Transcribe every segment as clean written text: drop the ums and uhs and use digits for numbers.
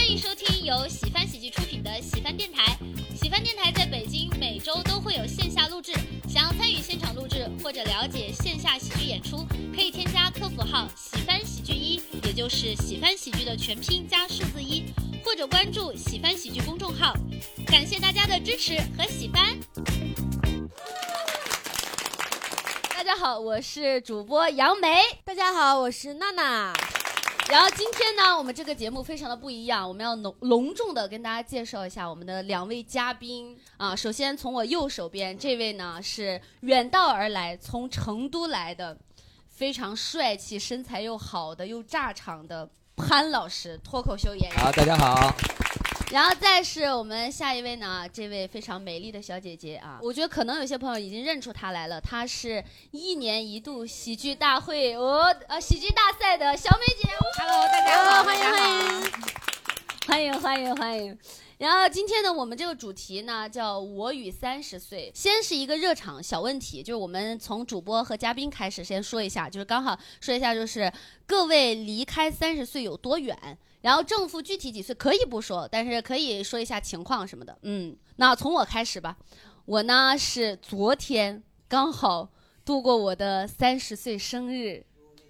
欢迎收听由喜翻喜剧出品的喜翻电台。喜翻电台在北京每周都会有线下录制，想要参与现场录制或者了解线下喜剧演出，可以添加客服号喜翻喜剧1，也就是喜翻喜剧的全拼加数字1，或者关注喜翻喜剧公众号。感谢大家的支持和喜翻。大家好，我是主播杨梅。 大家好，我是娜娜。 然后今天呢，我们这个节目非常的不一样，我们要隆重的跟大家介绍一下我们的2位嘉宾啊。首先从我右手边这位呢是远道而来，从成都来的，非常帅气、身材又好的又炸场的潘老师，脱口秀演员。 好，大家好。 然后再是我们下一位呢，这位非常美丽的小姐姐啊，我觉得可能有些朋友已经认出她来了，她是1年1度喜剧大会喜剧大赛的小美姐。Hello， 大家好，欢迎。然后今天呢，我们这个主题呢叫我与30岁。先是一个热场小问题，就是我们从主播和嘉宾开始先说一下，就是刚好说一下，就是各位离开30岁有多远。然后正负具体几岁可以不说，但是可以说一下情况什么的。那从我开始吧。我呢是昨天刚好度过我的30岁生日。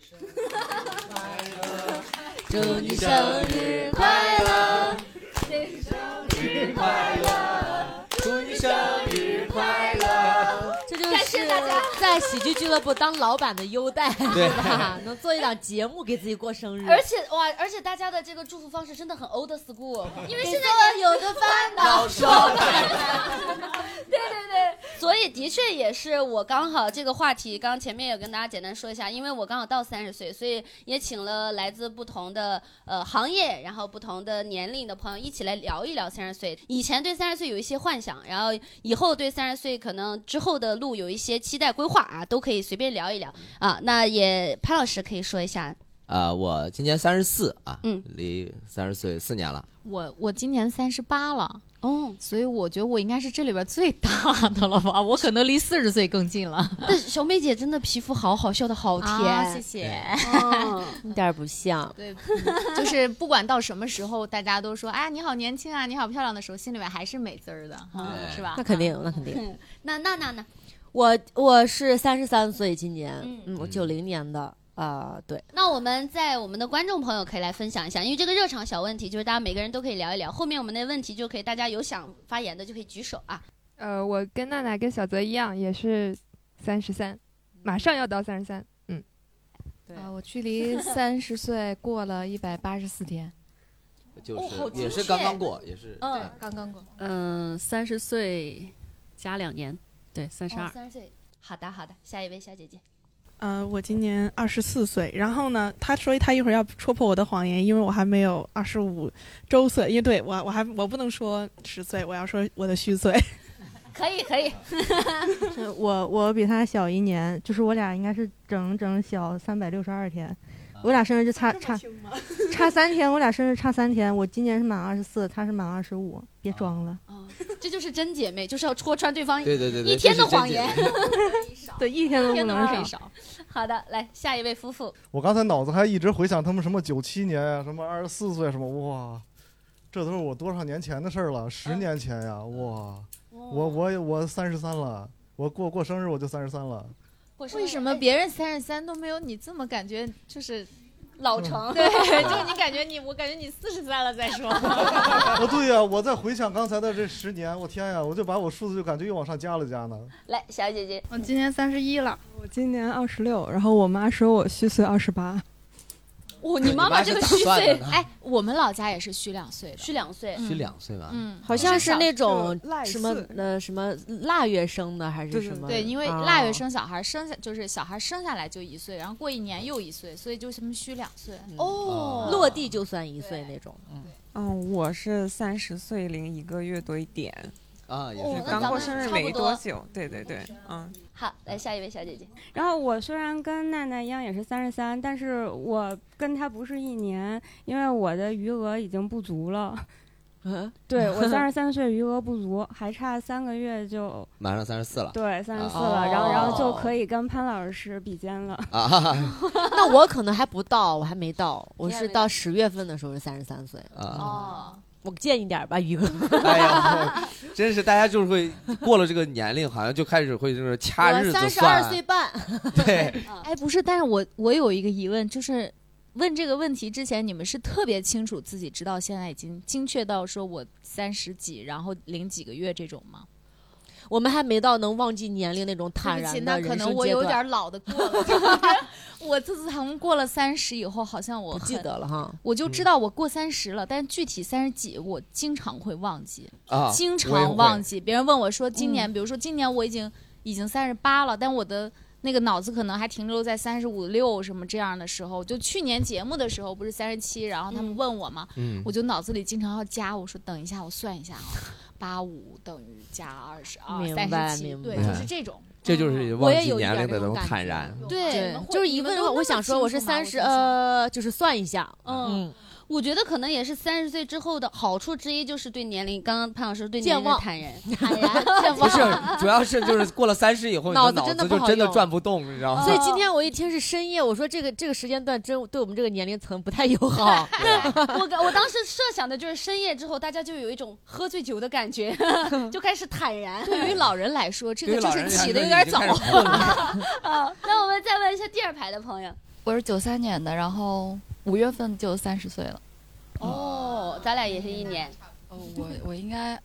祝你生日快乐，祝你生日快乐，祝你生日快乐。 这就是在喜剧俱乐部当老板的优待，对吧？能做一档节目给自己过生日， 而且大家的这个祝福方式真的很 old school， 因为现在有的烦恼说对，所以的确也是我刚好这个话题，刚前面有跟大家简单说一下，因为我刚好到30岁，所以也请了来自不同的行业，然后不同的年龄的朋友一起来聊一聊30岁。以前对30岁有一些幻想，然后以后对30岁可能之后的路有一些期待规划啊，都可以随便聊一聊啊。那也潘老师可以说一下。 我今年34啊，离30岁4年了。 我今年38了。所以我觉得我应该是这里边最大的了吧，我可能离40岁更近了。 但小美姐真的皮肤好好，笑得好甜， 谢谢。 一点不像。 对，就是不管到什么时候，大家都说哎你好年轻啊，你好漂亮的时候，心里面还是美滋儿的，是吧？ 那肯定。 那娜娜呢？ 我是33岁，今年，我90年的。对。 那我们的观众朋友可以来分享一下，因为这个热场小问题就是大家每个人都可以聊一聊，后面我们的问题就可以大家有想发言的就可以举手啊。 我跟娜娜跟小泽一样，也是33，马上要到33。 对，我距离30岁过了184天。 就是也是刚刚过，也是对，刚刚过。 30岁加2年，对，32。 30岁。好的，下一位小姐姐。 我今年24岁，然后呢，他说他一会儿要戳破我的谎言，因为我还没有25周岁，因为对我不能说10岁，我要说我的虚岁。 可以。 我比他小1年，就是我俩应该是整小362天，我俩生日就差3天，我俩生日差3天，我今年是满24，他是满25，别装了。 这就是真姐妹，就是要戳穿对方对一天的谎言。 对，一天都不能少。好的，来下一位夫妇。 我刚才脑子还一直回想他们什么97年呀，什么24岁什么，哇，这都是我多少年前的事儿了，10年前呀，哇，我33了，我过生日我就33了。 为什么别人33都没有你这么感觉就是老成？ 对，就你感觉我感觉你43了再说。 对呀，我在回想刚才的这10年，我天呀，我就把我数字就感觉又往上加了呢。 来，小姐姐。 我今年31了。 我今年26，然后我妈说我虚岁28。 你妈妈这个虚岁， 哎，我们老家也是虚2岁的， 虚2岁， 虚2岁吧？ 好像是那种什么腊月生的还是什么？ 对，因为腊月生小孩就是小孩生下来就1岁，然后过1年又1岁，所以就什么虚2岁。 落地就算1岁那种。 我是30岁零1个月多一点。 也是刚过生日没多久。对。 好，来下一位小姐姐。 然后我虽然跟娜娜一样也是33，但是我跟她不是1年，因为我的余额已经不足了。 对我33岁余额不足，还差3个月就马上34了。 对，34了，然后就可以跟潘老师比肩了。 那我可能还不到，我还没到，我是到10月份的时候是33岁。我见一点吧，于哥。 哎呀，真是大家就是会过了这个年龄，好像就开始会就是掐日子算。 32岁半。 对。 哎，不是，但是我有一个疑问，就是问这个问题之前，你们是特别清楚自己知道现在已经精确到说我30几，然后0几个月这种吗？ 我们还没到能忘记年龄那种坦然的人生阶段。 那可能我有点老的过了。我自从过了30以后，好像我不记得了哈。 我就知道我过30了，但具体30几，我经常会忘记经常忘记。别人问我说今年，比如说今年我已经38了，但我的那个脑子可能还停留在35、6什么这样的时候。就去年节目的时候不是37，然后他们问我嘛，我就脑子里经常要加，我说等一下我算一下85等于加22，37，对，就是这种。 这就是忘记年龄的那种坦然。 对， 就是一问我想说我是30，就是算一下。 我觉得可能也是30岁之后的好处之一，就是对年龄，刚刚潘老师对年龄的坦然， 不是，主要是就是过了30以后， 脑子就真的转不动，你知道吗？ 所以今天我一听是深夜，我说这个时间段真对我们这个年龄层不太友好。 我当时设想的就是深夜之后，大家就有一种喝醉酒的感觉，就开始坦然。 对于老人来说，这个就是起的有点早。 那我们再问一下第2排的朋友， 我是93年的，然后5月份就30岁了。 咱俩也是1年。 我应该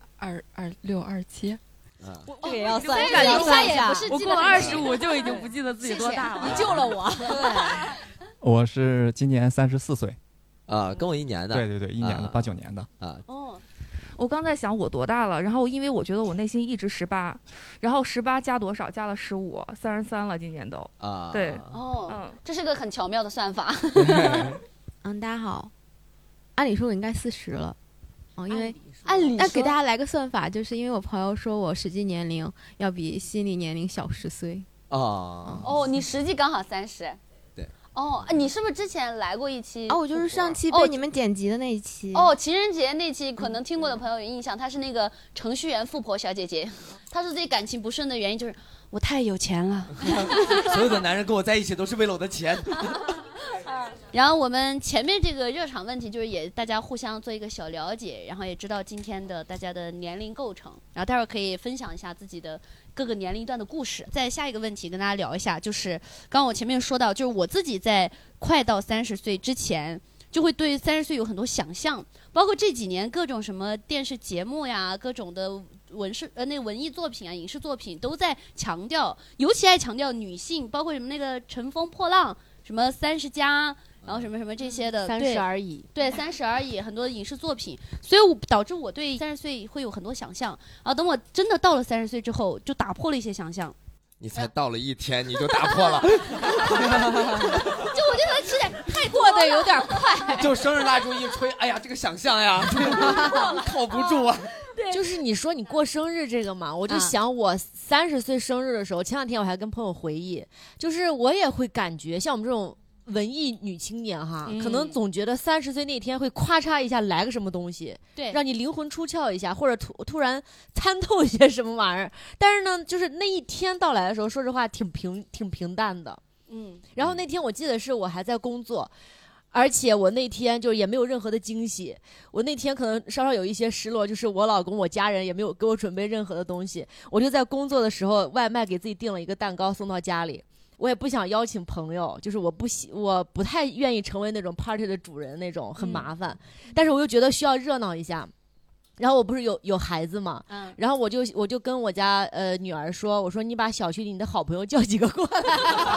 26、27。 这个也要算， 感觉算也不是。 我过了25就已经不记得自己多大了。 你救了我。 对。我是今年34岁。 跟我1年的。 对，1年的，89年的。 我刚在想我多大了，然后因为我觉得我内心一直18，然后18加多少？加了15，33了，今年都。对。 这是个很巧妙的算法。 大家好。按理说我应该40了，因为那给大家来个算法，就是因为我朋友说我实际年龄要比心理年龄小10岁。 你实际刚好30。 对。 你是不是之前来过一期？ 我就是上期被你们剪辑的那一期。 情人节那期，可能听过的朋友有印象，她是那个程序员富婆小姐姐，她说自己感情不顺的原因就是我太有钱了。 所有的男人跟我在一起都是为了我的钱。 然后我们前面这个热场问题就是也大家互相做一个小了解，然后也知道今天的大家的年龄构成，然后待会儿可以分享一下自己的各个年龄段的故事。再下一个问题跟大家聊一下，就是刚刚我前面说到，就是我自己在快到30岁之前就会对30岁有很多想象，包括这几年各种什么电视节目呀，各种的文艺作品啊，影视作品都在强调，尤其爱强调女性，包括什么那个乘风破浪，什么30加。然后什么什么这些的 ，30而已， 对，30而已，很多影视作品，所以导致我对30岁会有很多想象。等我真的到了30岁之后，就打破了一些想象。 你才到了1天，你就打破了。 就我觉得吃点太过得有点快。 就生日蜡烛一吹，哎呀，这个想象呀，靠不住啊。 就是你说你过生日这个嘛，我就想我30岁生日的时候，前2天我还跟朋友回忆，就是我也会感觉像我们这种文艺女青年哈，可能总觉得30岁那天会咔嚓一下来个什么东西， 对， 让你灵魂出窍一下，或者突然参透一些什么玩意儿。但是呢，就是那一天到来的时候，说实话挺平淡的。然后那天我记得是我还在工作，而且我那天就也没有任何的惊喜。我那天可能稍稍有一些失落，就是我老公我家人也没有给我准备任何的东西，我就在工作的时候外卖给自己订了一个蛋糕送到家里。我也不想邀请朋友，就是我不太愿意成为那种 party 的主人那种，很麻烦。但是我又觉得需要热闹一下。然后我不是有孩子嘛，然后我就跟我家女儿说，我说你把小区里你的好朋友叫几个过来。你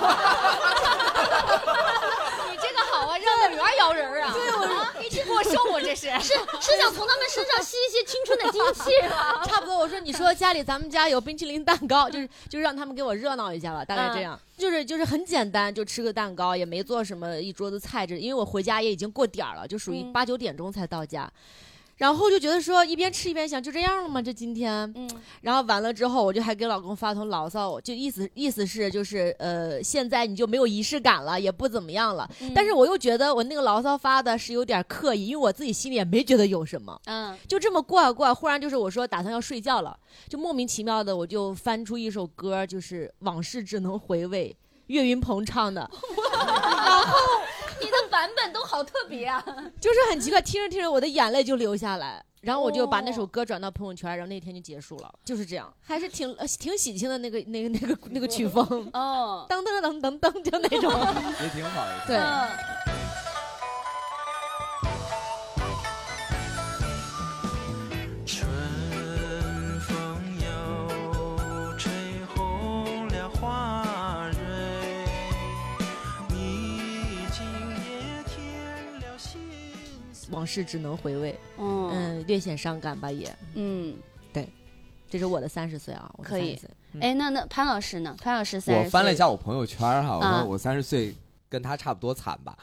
这个好啊，让女儿摇人啊！ 对，我一直过生活，这是想从他们身上吸一些青春的精气吗？ 差不多，我说你说咱们家有冰淇淋蛋糕，就让他们给我热闹一下吧，大概这样。就是很简单，就吃个蛋糕，也没做什么一桌子菜，因为我回家也已经过点了，就属于8、9点钟才到家。 然后就觉得说一边吃一边想，就这样了吗？这今天，然后完了之后，我就还给老公发通牢骚，就意思是就是现在你就没有仪式感了，也不怎么样了。但是我又觉得我那个牢骚发的是有点刻意，因为我自己心里也没觉得有什么，就这么过，忽然就是我说打算要睡觉了，就莫名其妙的我就翻出一首歌，就是《往事只能回味》，岳云鹏唱的，然后。 你的版本都好特别啊， 就是很奇怪，听着听着我的眼泪就流下来，然后我就把那首歌转到朋友圈，然后那天就结束了，就是这样，还是挺喜庆的那个曲风哦，噔噔噔噔噔就那种， 也挺好的， 对。往事只能回味，略显伤感吧也，对，这是我的30岁啊， 可以。哎，那潘老师呢？潘老师30岁， 我翻了一下我朋友圈哈，我说我30岁跟他差不多惨吧。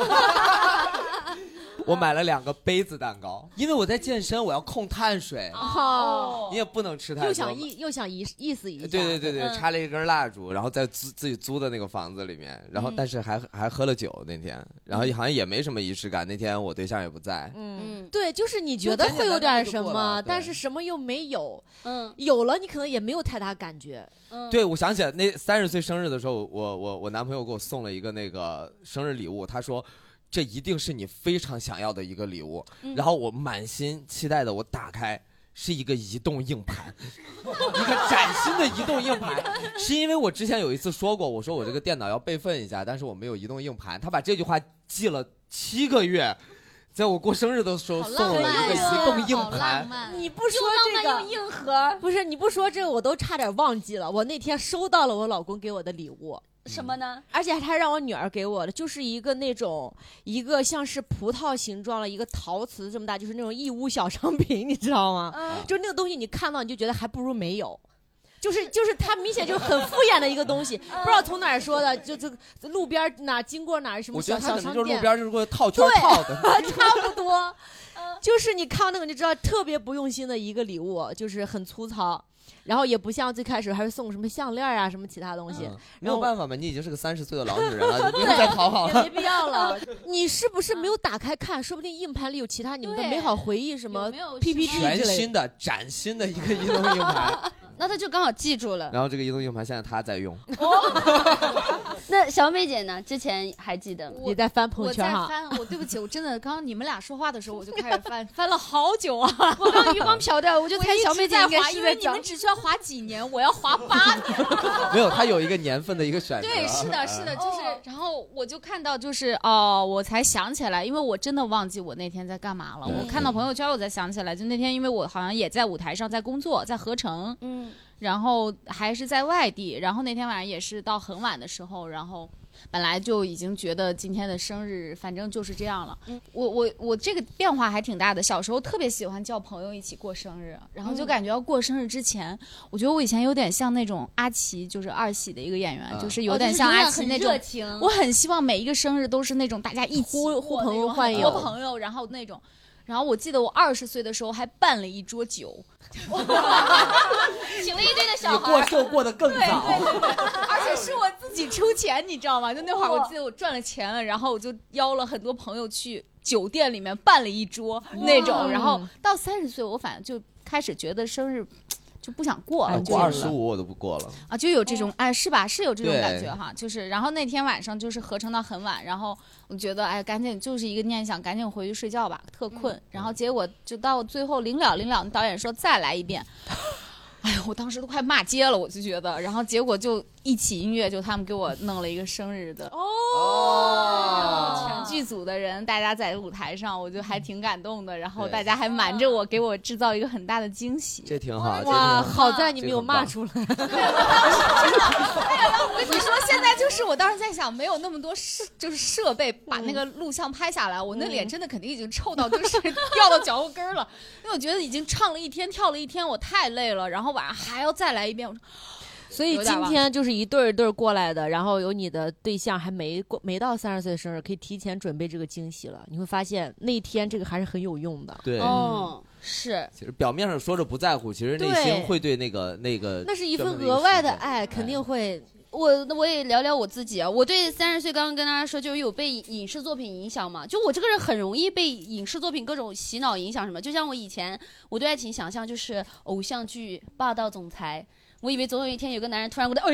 我买了2个杯子蛋糕，因为我在健身，我要控碳水。你也不能吃太多。 又想意思一下。 对，插了一根蜡烛，然后在自己租的那个房子里面，然后但是还喝了酒那天，然后好像也没什么仪式感。那天我对象也不在。 对，就是你觉得会有点什么，但是什么又没有。有了你可能也没有太大感觉。 对，我想起来那30岁生日的时候，我男朋友给我送了一个那个生日礼物，他说。这一定是你非常想要的一个礼物，然后我满心期待的，我打开是一个移动硬盘，一个崭新的移动硬盘，是因为我之前有一次说过，我说我这个电脑要备份一下，但是我没有移动硬盘，他把这句话记了7个月。在我过生日的时候送了我一个移动硬盘， 你不说这个硬核， 不是你不说这个我都差点忘记了。我那天收到了我老公给我的礼物。 什么呢？ 而且他让我女儿给我的，就是一个像是葡萄形状的一个陶瓷这么大，就是那种义乌小商品，你知道吗？就那个东西你看到你就觉得还不如没有。就是他明显就是很敷衍的一个东西，不知道从哪儿说的，就路边哪经过哪什么小商店，我觉得他可能就是路边就是套圈套的， 差不多。就是你看到那个你就知道特别不用心的一个礼物，就是很粗糙。然后也不像最开始还是送什么项链啊什么其他东西， 没有办法嘛，你已经是个30岁的老女人了，你不用再讨好了， 没必要了。你是不是没有打开看？说不定硬盘里有其他你们的美好回忆，什么 PPT 之类的， 全新的崭新的一个移动硬盘。 那他就刚好记住了。 然后这个移动硬盘现在他在用。 那小美姐呢？之前还记得你在翻朋友圈哈？ 我在翻，对不起，我真的刚刚你们俩说话的时候我就开始翻了好久啊！ 我刚余光瞟掉，我就猜小美姐应该是在你们只需要滑几年，我要滑8年。 没有，他有一个年份的一个选择。 对，是的，就是，然后我就看到就是我才想起来，因为我真的忘记我那天在干嘛了。我看到朋友圈，我才想起来，就那天因为我好像也在舞台上在工作，在合成，然后还是在外地，然后那天晚上也是到很晚的时候，然后本来就已经觉得今天的生日反正就是这样了。我这个变化还挺大的。小时候特别喜欢叫朋友一起过生日，然后就感觉要过生日之前，我觉得我以前有点像那种阿奇，就是二喜的一个演员，就是有点像阿奇那种。我很希望每一个生日都是那种大家一起呼朋友唤友， 多朋友，然后那种。然后我记得我20岁的时候还办了一桌酒， 请了一堆的小孩， 你过寿过得更早， 而且是我自己出钱，你知道吗？就那会儿我记得我赚了钱了，然后我就邀了很多朋友去酒店里面办了一桌那种。然后到30岁，我反正就开始觉得生日就不想过了， 过25我都不过了啊，就有这种是吧？是有这种感觉哈，就是然后那天晚上就是合成到很晚，然后我觉得赶紧就是一个念想，赶紧回去睡觉吧，特困。然后结果就到最后临了，导演说再来一遍。哎呀，我当时都快骂街了，我就觉得，然后结果就一起音乐，就他们给我弄了一个生日的全剧组的人，大家在舞台上，我就还挺感动的。然后大家还瞒着我，给我制造一个很大的惊喜。 这挺好， 哇，好在你没有骂出来。 我跟你说，现在就是我当时在想，没有那么多就是设备把那个录像拍下来，我那脸真的肯定已经臭到就是掉到脚后跟了，因为我觉得已经唱了一天，跳了一天，我太累了，然后晚上还要再来一遍，我说所以今天就是一对儿一对儿过来的，然后有你的对象还没到30岁的生日，可以提前准备这个惊喜了。你会发现那一天这个还是很有用的。 对， 是。 其实表面上说着不在乎，其实内心会对那个。 那是一份额外的爱，肯定会。 我也聊聊我自己啊，我对30岁刚刚跟大家说，就是有被影视作品影响嘛，就我这个人很容易被影视作品各种洗脑影响什么，就像我以前我对爱情想象就是偶像剧霸道总裁。我以为总有一天有个男人突然过来，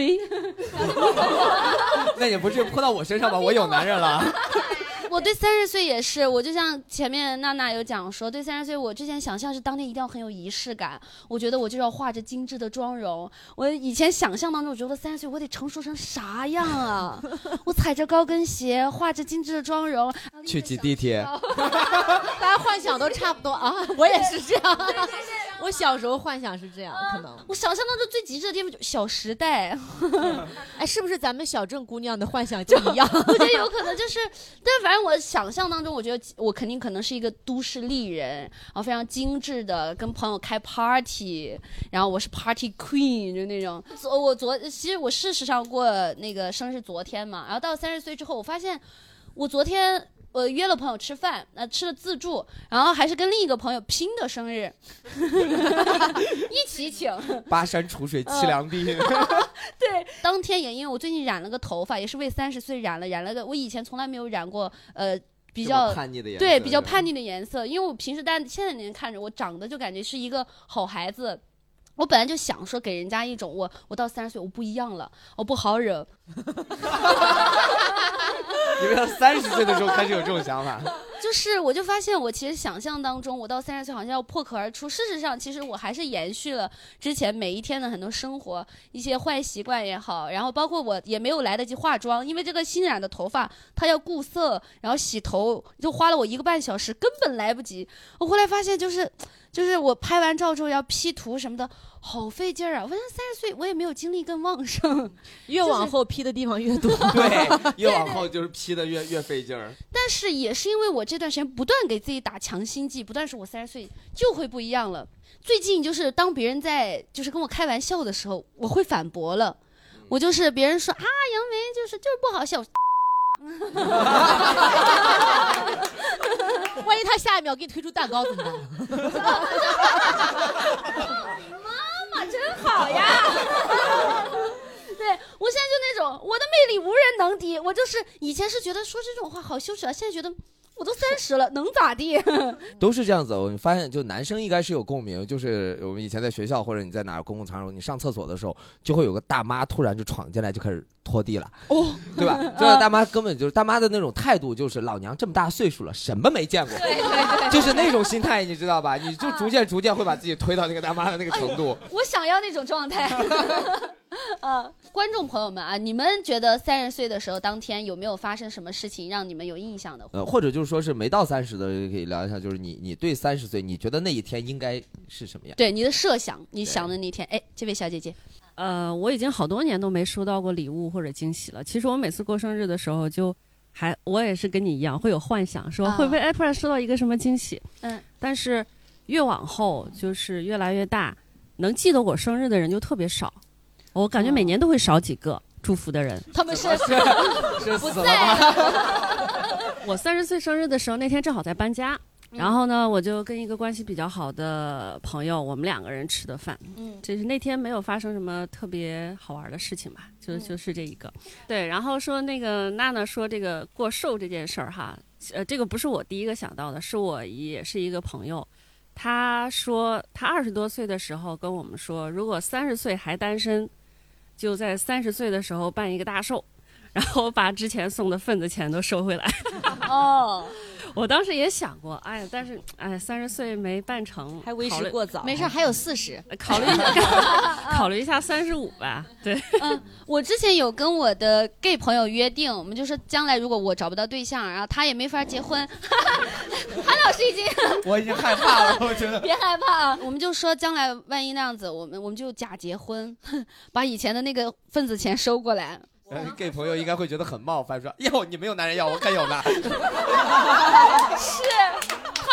那也不是泼到我身上吧？我有男人了。 我对30岁也是，我就像前面娜娜有讲说，对30岁我之前想象是当天一定要很有仪式感，我觉得我就要化着精致的妆容。我以前想象当中，我觉得30岁我得成熟成啥样啊？我踩着高跟鞋，化着精致的妆容， 去挤地铁。 大家幻想都差不多啊，我也是这样。我小时候幻想是这样，可能我想象当中最极致的地方就是《小时代》。 哎，是不是咱们小镇姑娘的幻想就一样？ 我觉得有可能就是，但反正我想象当中，我觉得我肯定可能是一个都市丽人，然后非常精致的跟朋友开 party， 然后我是 party queen 就那种。其实我事实上过那个生日昨天嘛，然后到30岁之后，我发现我昨天。我约了朋友吃饭，吃了自助，然后还是跟另一个朋友拼的生日，一起请。 巴山楚水凄凉地。 对，当天也因为我最近染了个头发，也是为30岁染了个，我以前从来没有染过比较叛逆的颜色， 对，比较叛逆的颜色，因为我平时现在人看着我长得就感觉是一个好孩子。我本来就想说给人家一种我到30岁我不一样了，我不好惹。 因为他30岁的时候开始有这种想法。 就是我就发现我其实想象当中我到30岁好像要破壳而出，事实上其实我还是延续了之前每一天的很多生活，一些坏习惯也好，然后包括我也没有来得及化妆，因为这个新染的头发它要固色，然后洗头就花了我1个半小时，根本来不及。我后来发现就是我拍完照之后要 P 图什么的好费劲儿啊！我现在30岁我也没有精力更旺盛， 越往后 P 的地方越多。 对，越往后就是 P 的越费劲儿。 但是也是因为我这段时间不断给自己打强心剂，不断说我30岁就会不一样了。最近就是当别人在就是跟我开玩笑的时候，我会反驳了。我就是别人说啊，杨梅就是不好笑。 万一他下一秒给你推出蛋糕怎么办？ 妈妈真好呀！对，我现在就那种我的魅力无人能敌，我就是以前是觉得说这种话好羞耻啊，现在觉得我都30了，能咋地？ 都是这样子。我发现，就男生应该是有共鸣，就是我们以前在学校或者你在哪儿公共场所，你上厕所的时候，就会有个大妈突然就闯进来，就开始拖地了，对吧？这个大妈根本就是大妈的那种态度，就是老娘这么大岁数了，什么没见过，就是那种心态，你知道吧？你就逐渐会把自己推到那个大妈的那个程度。 我想要那种状态。观众朋友们啊，你们觉得30岁的时候当天有没有发生什么事情让你们有印象的？ 或者就是说是没到30的，可以聊一下，就是你对30岁，你觉得那一天应该是什么样？ 对你的设想，你想的那天。哎，这位小姐姐。 我已经好多年都没收到过礼物或者惊喜了。其实我每次过生日的时候，我也是跟你一样会有幻想，说会不会突然收到一个什么惊喜。但是越往后就是越来越大，能记得我生日的人就特别少。我感觉每年都会少几个祝福的人。 他们是不在了。 我30岁生日的时候，那天正好在搬家。然后呢，我就跟一个关系比较好的朋友，我们2个人吃的饭。就是那天没有发生什么特别好玩的事情吧，就是这一个。对，然后说那个娜娜说这个过瘦这件事儿哈，这个不是我第一个想到的，是我也是一个朋友，他说他20多岁的时候跟我们说，如果30岁还单身，就在30岁的时候办一个大寿，然后把之前送的份子钱都收回来。我当时也想过，但是30岁没办成， 还为时过早。 没事，还有40， 考虑一下35吧。对， 我之前有跟我的 gay 朋友约定，我们就说将来如果我找不到对象，然后他也没法结婚，韩老师我已经害怕了，我觉得别害怕啊，我们就说将来万一那样子，我们就假结婚，把以前的那个份子钱收过来。 gay 朋友应该会觉得很冒犯，说哟你没有男人要，我可有呢。 是，他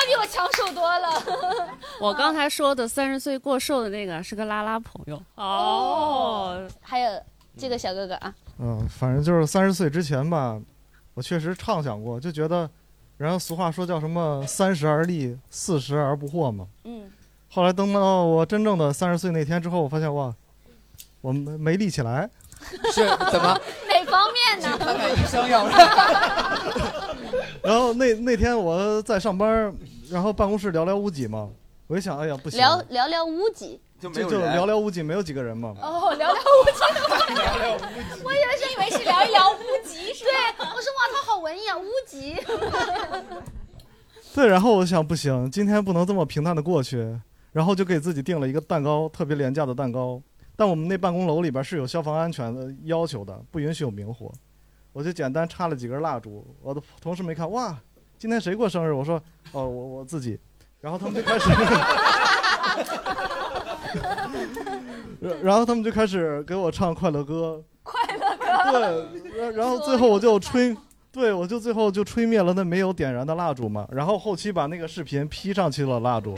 比我抢手多了。 我刚才说的30岁过寿的那个是个拉拉朋友哦。还有这个小哥哥啊， 反正就是30岁之前吧，我确实畅想过，就觉得，然后俗话说叫什么30而立，40而不惑嘛。后来等到我真正的30岁那天之后，我发现哇，我没立起来。 是怎么？ 哪方面呢？ 去看看医生要不然。 然后那天我在上班，然后办公室寥寥无几嘛，我一想，哎呀不行， 寥寥无几。 就寥寥无几，没有几个人嘛。 哦，寥寥无几。我以为是寥寥无几。对，我说哇，他好文艺啊，无极。 对，然后我想不行，今天不能这么平淡的过去，然后就给自己定了一个蛋糕，特别廉价的蛋糕。但我们那办公楼里边是有消防安全的要求的，不允许有明火。我就简单插了几根蜡烛，我的同事们一看，哇，今天谁过生日？我说，哦，我自己。然后他们就开始。然后他们就开始给我唱快乐歌，对，然后最后我就最后就吹灭了那没有点燃的蜡烛嘛，然后后期把那个视频 P 上去了蜡烛。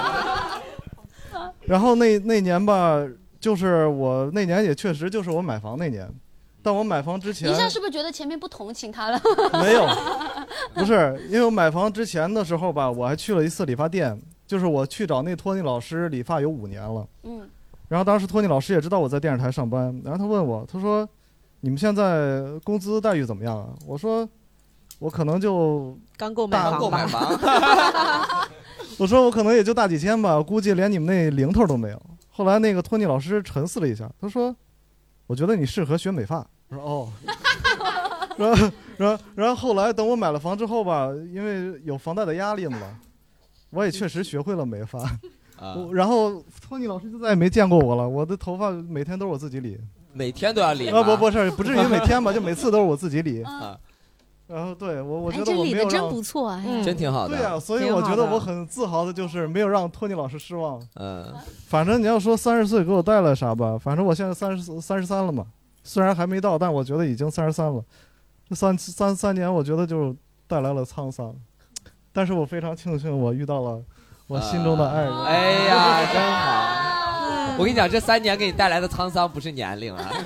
然后那年吧，就是我那年也确实就是我买房那年，但我买房之前， 你现在是不是觉得前面不同情他了？ 没有，不是，因为我买房之前的时候吧，我还去了一次理发店，就是我去找那托尼老师理发有5年了。然后当时托尼老师也知道我在电视台上班，然后他问我，他说：“你们现在工资待遇怎么样啊？”我说：“我可能就刚购买房。” 我说：“我可能也就大几千吧，估计连你们那零头都没有。”后来那个托尼老师沉思了一下，他说：“我觉得你适合学美发。”我说：“哦。”然后后来等我买了房之后吧，因为有房贷的压力嘛，我也确实学会了美发。然后托尼老师就再也没见过我了，我的头发每天都是我自己理。 每天都要理吗？ 不至于每天吧，就每次都是我自己理。然后对我觉得我没有让， 真不错啊， 真挺好的。 对啊，所以我觉得我很自豪的就是没有让托尼老师失望。反正你要说30岁给我带来啥吧，反正我现在33了嘛，虽然还没到，但我觉得已经33了。这3年我觉得就带来了沧桑，但是我非常庆幸我遇到了我心中的爱人。 哎呀，真好！我跟你讲，这3年给你带来的沧桑不是年龄啊。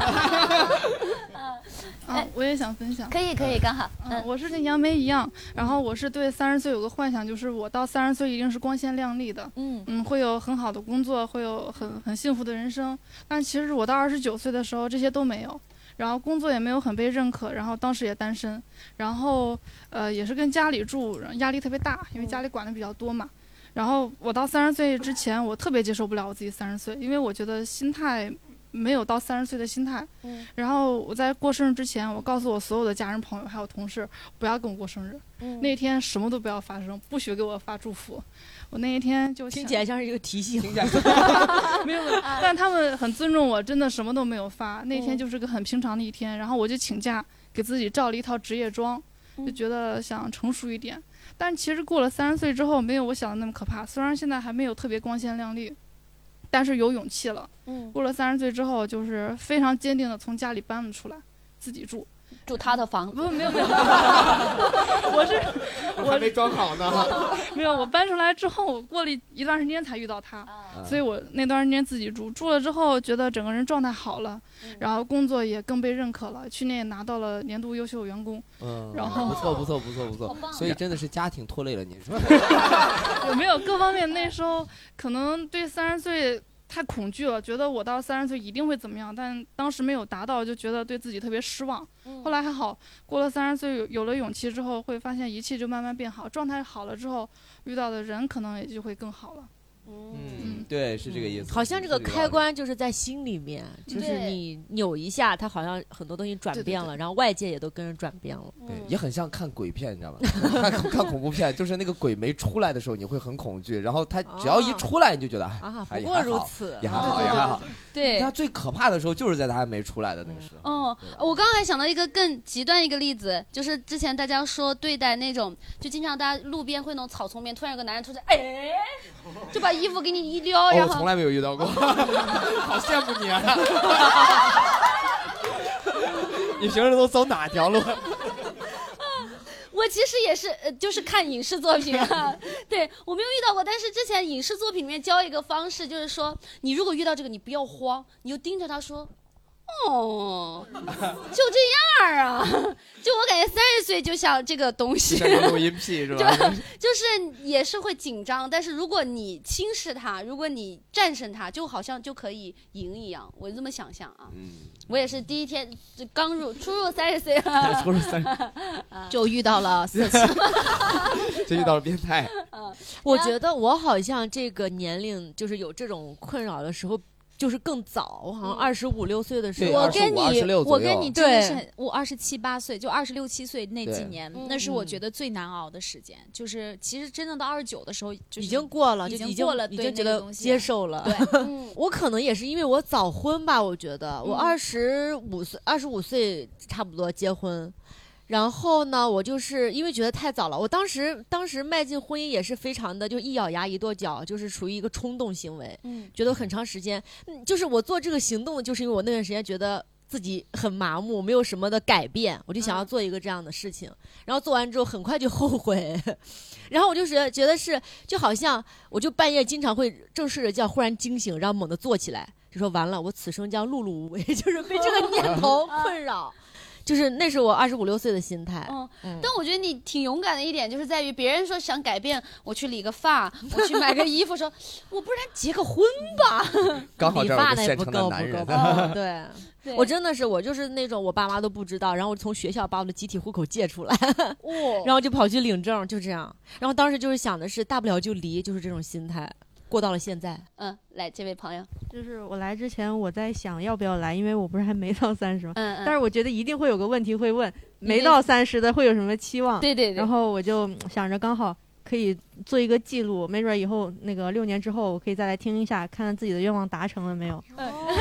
我也想分享。 可以，刚好。 我是跟杨梅一样，然后我是对30岁有个幻想，就是我到30岁一定是光鲜亮丽的，会有很好的工作，会有很幸福的人生。但其实我到29岁的时候，这些都没有。然后工作也没有很被认可，然后当时也单身，然后也是跟家里住，压力特别大，因为家里管的比较多嘛。然后我到30岁之前，我特别接受不了我自己30岁，因为我觉得心态没有到30岁的心态。然后我在过生日之前，我告诉我所有的家人朋友还有同事，不要跟我过生日，那天什么都不要发生，不许给我发祝福。我那一天就听起来像是一个提醒， 没有，但他们很尊重我，真的什么都没有发。那天就是个很平常的一天，然后我就请假给自己照了一套职业装，就觉得想成熟一点。但其实过了30岁之后，没有我想的那么可怕。虽然现在还没有特别光鲜亮丽，但是有勇气了。过了30岁之后，就是非常坚定的从家里搬了出来，自己住。 住他的房？ 不，没有，我还没装好呢。 没有，我搬出来之后，我过了一段时间才遇到他，所以我那段时间自己住了之后，觉得整个人状态好了，然后工作也更被认可了，去年也拿到了年度优秀员工。然后不错，所以真的是家庭拖累了你，是吧？ 有没有各方面？那时候可能对30岁。太恐惧了，觉得我到30岁一定会怎么样，但当时没有达到，就觉得对自己特别失望。后来还好，过了30岁有了勇气之后，会发现一切就慢慢变好，状态好了之后，遇到的人可能也就会更好了。 对，是这个意思。 好像这个开关就是在心里面，就是你扭一下，它好像很多东西转变了，然后外界也都跟着转变了。 对，也很像看鬼片，你知道吗？看恐怖片，就是那个鬼没出来的时候，你会很恐惧，然后他只要一出来，你就觉得不过如此， 也还好。 对， 他最可怕的时候就是在他还没出来的那个时候。 我刚刚还想到一个更极端一个例子，就是之前大家说对待那种，就经常大家路边会那种草丛边突然有个男人出现，就把衣服给你一撩，然后我从来没有遇到过，好羡慕你啊！ 你平时都走哪条路？ 我其实也是，就是看影视作品啊，对我没有遇到过，但是之前影视作品里面教一个方式，就是说你如果遇到这个，你不要慌，你就盯着他说。哦，就这样啊！就我感觉30岁就像这个东西， 像个录音癖是吧？ 就是也是会紧张，但是如果你轻视它，如果你战胜它，就好像就可以赢一样。我这么想象啊。我也是第一天就初入30岁啊， 初入30 就遇到了色情， 就遇到了变态。 我觉得我好像这个年龄就是有这种困扰的时候。就是更早，我好像25、6岁的时候， 我跟你真的是我27、8岁，就26、7岁那几年，那是我觉得最难熬的时间。就是其实真正到29的时候，已经过了， 已经过了， 已经觉得接受了。 对， 我可能也是因为我早婚吧，我觉得我25岁差不多结婚。然后呢，我就是因为觉得太早了，我当时迈进婚姻也是非常的，就一咬牙一跺脚，就是处于一个冲动行为，觉得很长时间，就是我做这个行动，就是因为我那段时间觉得自己很麻木，没有什么的改变，我就想要做一个这样的事情，然后做完之后很快就后悔，然后我就觉得是，就好像我就半夜经常会正睡着觉，忽然惊醒，然后猛地坐起来，就说完了，我此生将碌碌无为，就是被这个念头困扰。就是那是我25、6岁的心态， 但我觉得你挺勇敢的一点，就是在于别人说想改变，我去理个发，我去买个衣服，说我不然结个婚吧。 刚好这儿有个现成的男人， 对，我真的是我就是那种我爸妈都不知道，然后我从学校把我的集体户口借出来，然后就跑去领证，就这样。然后当时就是想的是大不了就离，就是这种心态。过到了现在， 来这位朋友， 就是我来之前我在想要不要来，因为我不是还没到30嘛，但是我觉得一定会有个问题会问，没到30的会有什么期望？ 对， 然后我就想着刚好可以做一个记录，没准以后那个6年之后我可以再来听一下，看看自己的愿望达成了没有。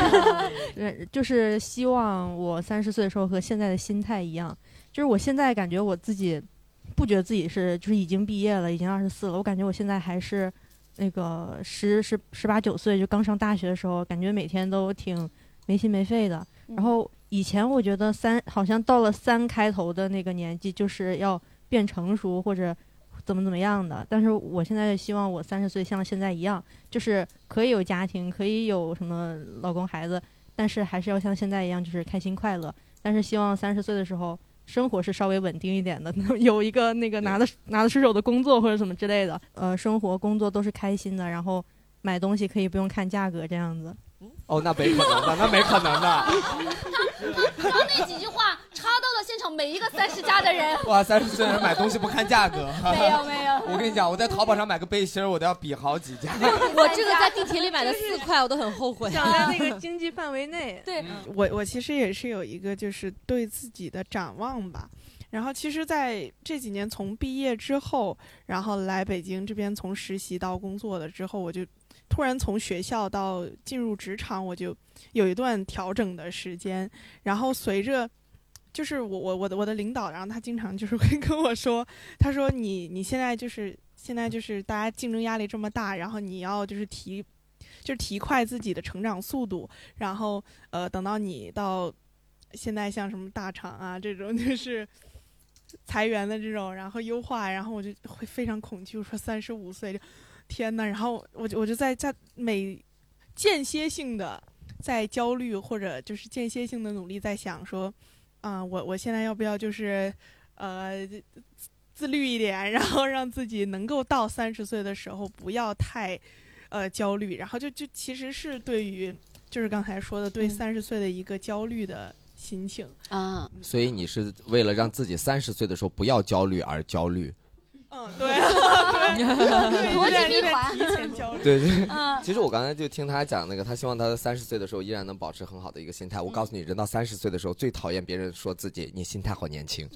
就是希望我30岁的时候和现在的心态一样，就是我现在感觉我自己不觉得自己就是已经毕业了，已经24了，我感觉我现在还是。那个18、19岁就刚上大学的时候，感觉每天都挺没心没肺的。然后以前我觉得好像到了3开头的那个年纪，就是要变成熟或者怎么样的。但是我现在希望我30岁像现在一样，就是可以有家庭，可以有什么老公孩子，但是还是要像现在一样，就是开心快乐。但是希望30岁的时候。生活是稍微稳定一点的，有一个那个拿得出手的工作或者什么之类的，生活工作都是开心的，然后买东西可以不用看价格这样子。 哦，那没可能的，那没可能的。 刚那几句话插到了现场每一个30加的人。 哇，30岁的人买东西不看价格。 没有。 我跟你讲，我在淘宝上买个背心我都要比好几家。 我这个在地铁里买的4块，我都很后悔。 想在那个经济范围内。 对， 我其实也是有一个就是对自己的展望吧。然后其实在这几年从毕业之后，然后来北京这边从实习到工作了之后，我就突然从学校到进入职场，我就有一段调整的时间。然后随着就是我的领导，然后他经常就是会跟我说，他说你现在就是大家竞争压力这么大，然后你要就是提快自己的成长速度，然后等到你到现在像什么大厂啊这种就是裁员的这种，然后优化，然后我就会非常恐惧，我说35岁就天哪，然后我就在间歇性的在焦虑，或者就是间歇性的努力，在想说我现在要不要就是自律一点，然后让自己能够到30岁的时候不要太焦虑，然后就其实是对于就是刚才说的对30岁的一个焦虑的心情啊。 所以你是为了让自己30岁的时候不要焦虑而焦虑。 对， 逻辑闭环， 提前焦虑。 对，其实我刚才就听他讲那个，他希望他30岁的时候依然能保持很好的一个心态。我告诉你，人到30岁的时候最讨厌别人说自己你心态好年轻。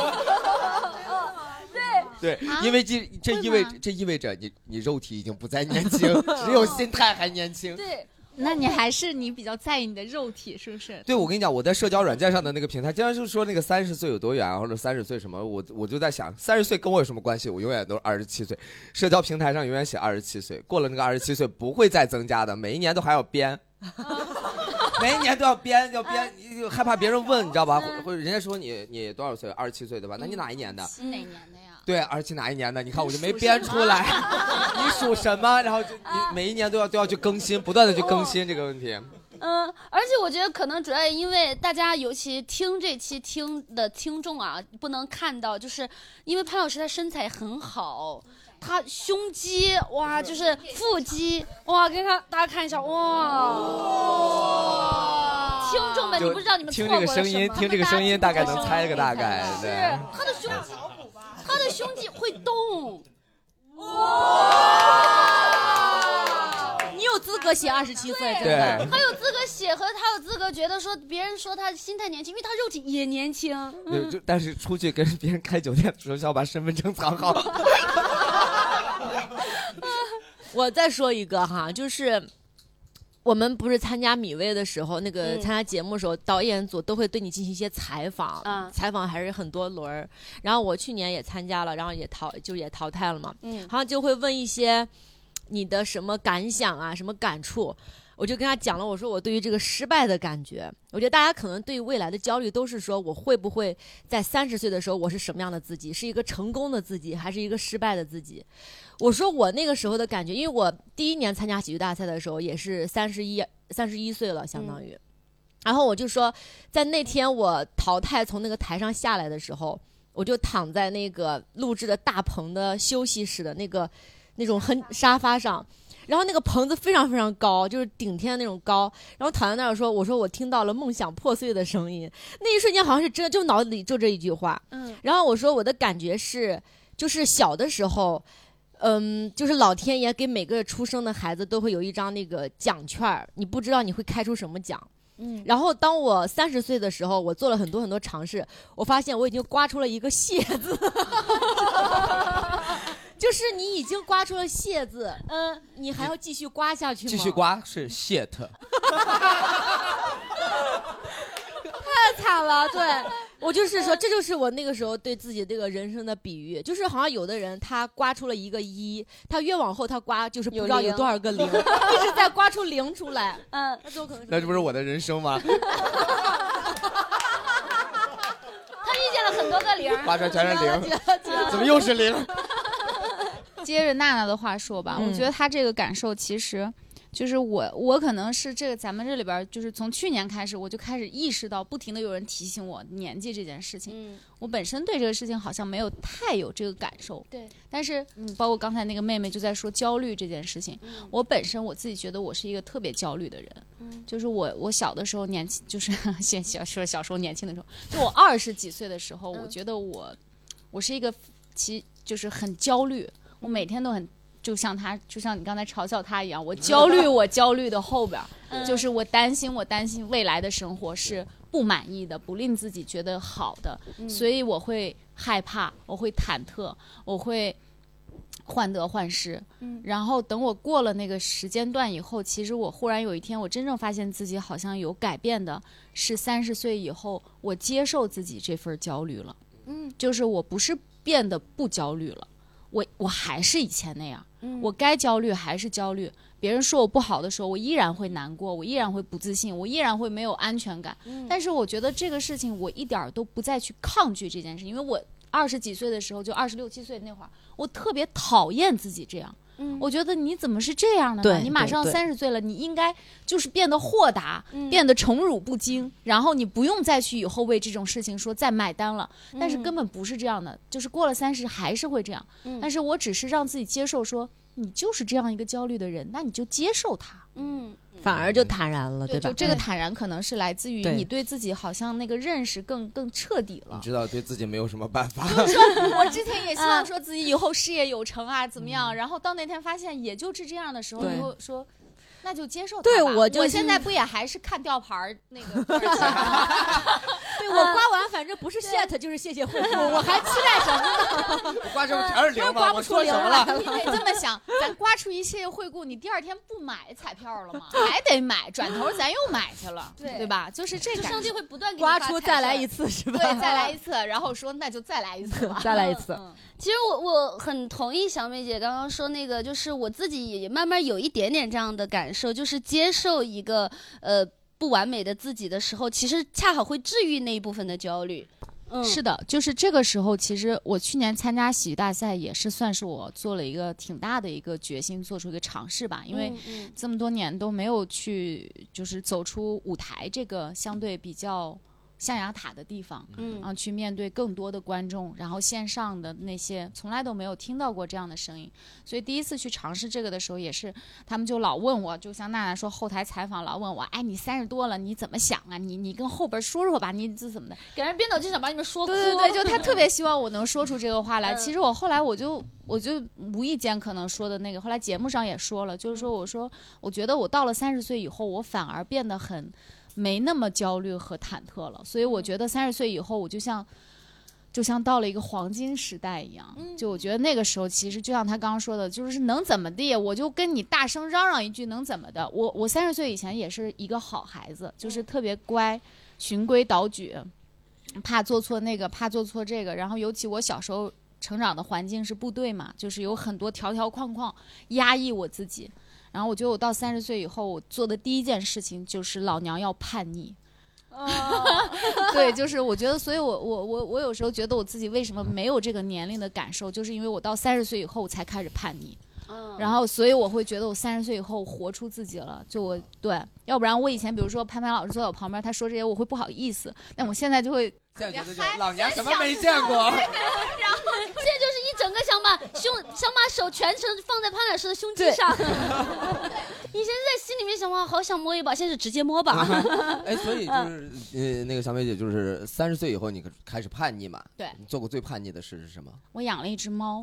对，因为这意味着你肉体已经不再年轻，只有心态还年轻。 对。 那你比较在意你的肉体是不是？ 对，我跟你讲，我在社交软件上的那个平台，经常就说那个30岁有多远，或者30岁什么，我就在想，30岁跟我有什么关系？我永远都是27岁，社交平台上永远写27岁，过了那个27岁不会再增加的，每一年都还要编。每一年都要编， 就害怕别人问，你知道吧？或者人家说你多少岁？27岁对吧？那你哪一年的？ 哪年的呀？ 对，27哪一年的？你看我就没编出来，你属什么？然后就你每一年都要去更新，不断的去更新这个问题。 而且我觉得可能主要也因为大家尤其听这期听的听众啊，不能看到，就是因为潘老师他身材很好。他胸肌哇，就是腹肌哇，给大家看一下哇！听众们，你不知道你们错过了什么？ 听这个声音，大概能猜个大概。对， 他的胸肌会动。 哇！你有资格写27岁，真的。 他有资格写和他有资格觉得说别人说他心态年轻，因为他肉体也年轻。 但是出去跟别人开酒店的时候，要把身份证藏好。 我再说一个哈，就是我们不是参加米未的时候，那个参加节目的时候，导演组都会对你进行一些采访，采访还是很多轮。然后我去年也参加了，然后也淘汰了嘛，好像就会问一些你的什么感想啊，什么感触。我就跟他讲了，我说我对于这个失败的感觉，我觉得大家可能对于未来的焦虑都是说我会不会在30岁的时候我是什么样的自己，是一个成功的自己还是一个失败的自己。我说我那个时候的感觉，因为我第1年参加喜剧大赛的时候也是31岁了相当于，然后我就说在那天我淘汰从那个台上下来的时候，我就躺在那个录制的大棚的休息室的那种沙发上，然后那个棚子非常非常高，就是顶天的那种高，然后躺在那儿我说我听到了梦想破碎的声音，那一瞬间好像是真的，就脑子里就这一句话。然后我说我的感觉是，就是小的时候，就是老天爷给每个出生的孩子都会有一张那个奖券，你不知道你会开出什么奖。然后当我30岁的时候，我做了很多很多尝试，我发现我已经刮出了一个蟹字。就是你已经刮出了蟹字，你还要继续刮下去吗？ 继续刮是 shit。 太惨了，对，我就是说，这就是我那个时候对自己这个人生的比喻，就是好像有的人他刮出了一个1，他越往后他刮就是不知道有多少个0，一直在刮出0出来，那最后可能那这不是我的人生吗？ 他遇见了很多个0， 刮出来全是0，怎么又是0？ 接着娜娜的话说吧，我觉得她这个感受其实就是我可能是这个咱们这里边就是从去年开始我就开始意识到，不停的有人提醒我年纪这件事情。我本身对这个事情好像没有太有这个感受， 对。但是包括刚才那个妹妹就在说焦虑这件事情，我本身我自己觉得我是一个特别焦虑的人，就是我小的时候年轻，就是小时候年轻的时候，就我20几岁的时候，我觉得我是一个就是很焦虑。我每天都很就像你刚才嘲笑他一样，我焦虑的后边，就是我担心未来的生活是不满意的，不令自己觉得好的，所以我会害怕，我会忐忑，我会患得患失。然后等我过了那个时间段以后，其实我忽然有一天我真正发现自己好像有改变的是30岁以后，我接受自己这份焦虑了。就是我不是变得不焦虑了，我还是以前那样，我该焦虑还是焦虑。别人说我不好的时候，我依然会难过，我依然会不自信，我依然会没有安全感。但是我觉得这个事情我一点都不再去抗拒这件事，因为我20几岁的时候，就26、27岁那会儿，我特别讨厌自己这样。我觉得你怎么是这样的呢？你马上30岁了，你应该就是变得豁达，变得宠辱不惊，然后你不用再去以后为这种事情说再买单了。但是根本不是这样的，就是过了30还是会这样。但是我只是让自己接受说，你就是这样一个焦虑的人，那你就接受它。 反而就坦然了，对吧？ 就这个坦然可能是来自于你对自己好像那个认识更彻底了。 你知道对自己没有什么办法。 就是说我之前也希望说自己以后事业有成啊，怎么样？然后到那天发现也就是这样的时候，你会说。那就接受它吧。 对， 我现在不也还是看吊牌那个对， 我刮完反正不是 shit 就是谢谢惠顾，我还期待什么呢？ 刮出全是0吗？我说什么了？ 你得这么想，咱刮出一谢谢惠顾，你第2天不买彩票了吗？还得买，转头咱又买去了，对吧？就是这感觉。 上帝会不断给你刮出再来一次是吧？ 对，再来一次，然后说那就再来一次吧， 再来一次。 其实我很同意小美姐刚刚说那个，就是我自己也慢慢有一点点这样的感受，就是接受一个不完美的自己的时候，其实恰好会治愈那一部分的焦虑。 是的，就是这个时候，其实我去年参加喜剧大赛也是算是我做了一个挺大的一个决心，做出一个尝试吧。因为这么多年都没有去就是走出舞台这个相对比较象牙塔的地方，然后去面对更多的观众，然后线上的那些从来都没有听到过这样的声音，所以第一次去尝试这个的时候，也是他们就老问我，就像娜娜说后台采访老问我，哎，你30多了，你怎么想啊？你跟后边说说吧，你这怎么的？ 感觉编导就想把你们说哭。 对，就他特别希望我能说出这个话来。其实我后来我就无意间可能说的那个，后来节目上也说了，就是说我觉得我到了30岁以后，我反而变得没那么焦虑和忐忑了，所以我觉得30岁以后，我就像到了一个黄金时代一样。就我觉得那个时候，其实就像他刚刚说的，就是能怎么地，我就跟你大声嚷嚷一句，能怎么的？我30岁以前也是一个好孩子，就是特别乖，循规蹈矩，怕做错那个，怕做错这个。然后尤其我小时候成长的环境是部队嘛，就是有很多条条框框压抑我自己。然后我觉得我到30岁以后，我做的第一件事情就是老娘要叛逆。对，就是我觉得，所以我有时候觉得我自己为什么没有这个年龄的感受，就是因为我到30岁以后我才开始叛逆。然后所以我会觉得我30岁以后活出自己了，就对，要不然我以前比如说潘潘老师坐在我旁边，他说这些我会不好意思，但我现在就会现在觉得老娘什么没见过。然后现在就是一整个想把手全程放在潘老师的胸肌上。以前在心里面想哇，好想摸一把，现在是直接摸吧。 哎，所以就是那个小美姐，就是30岁以后你开始叛逆嘛？ 对。 你做过最叛逆的事是什么？ 我养了一只猫。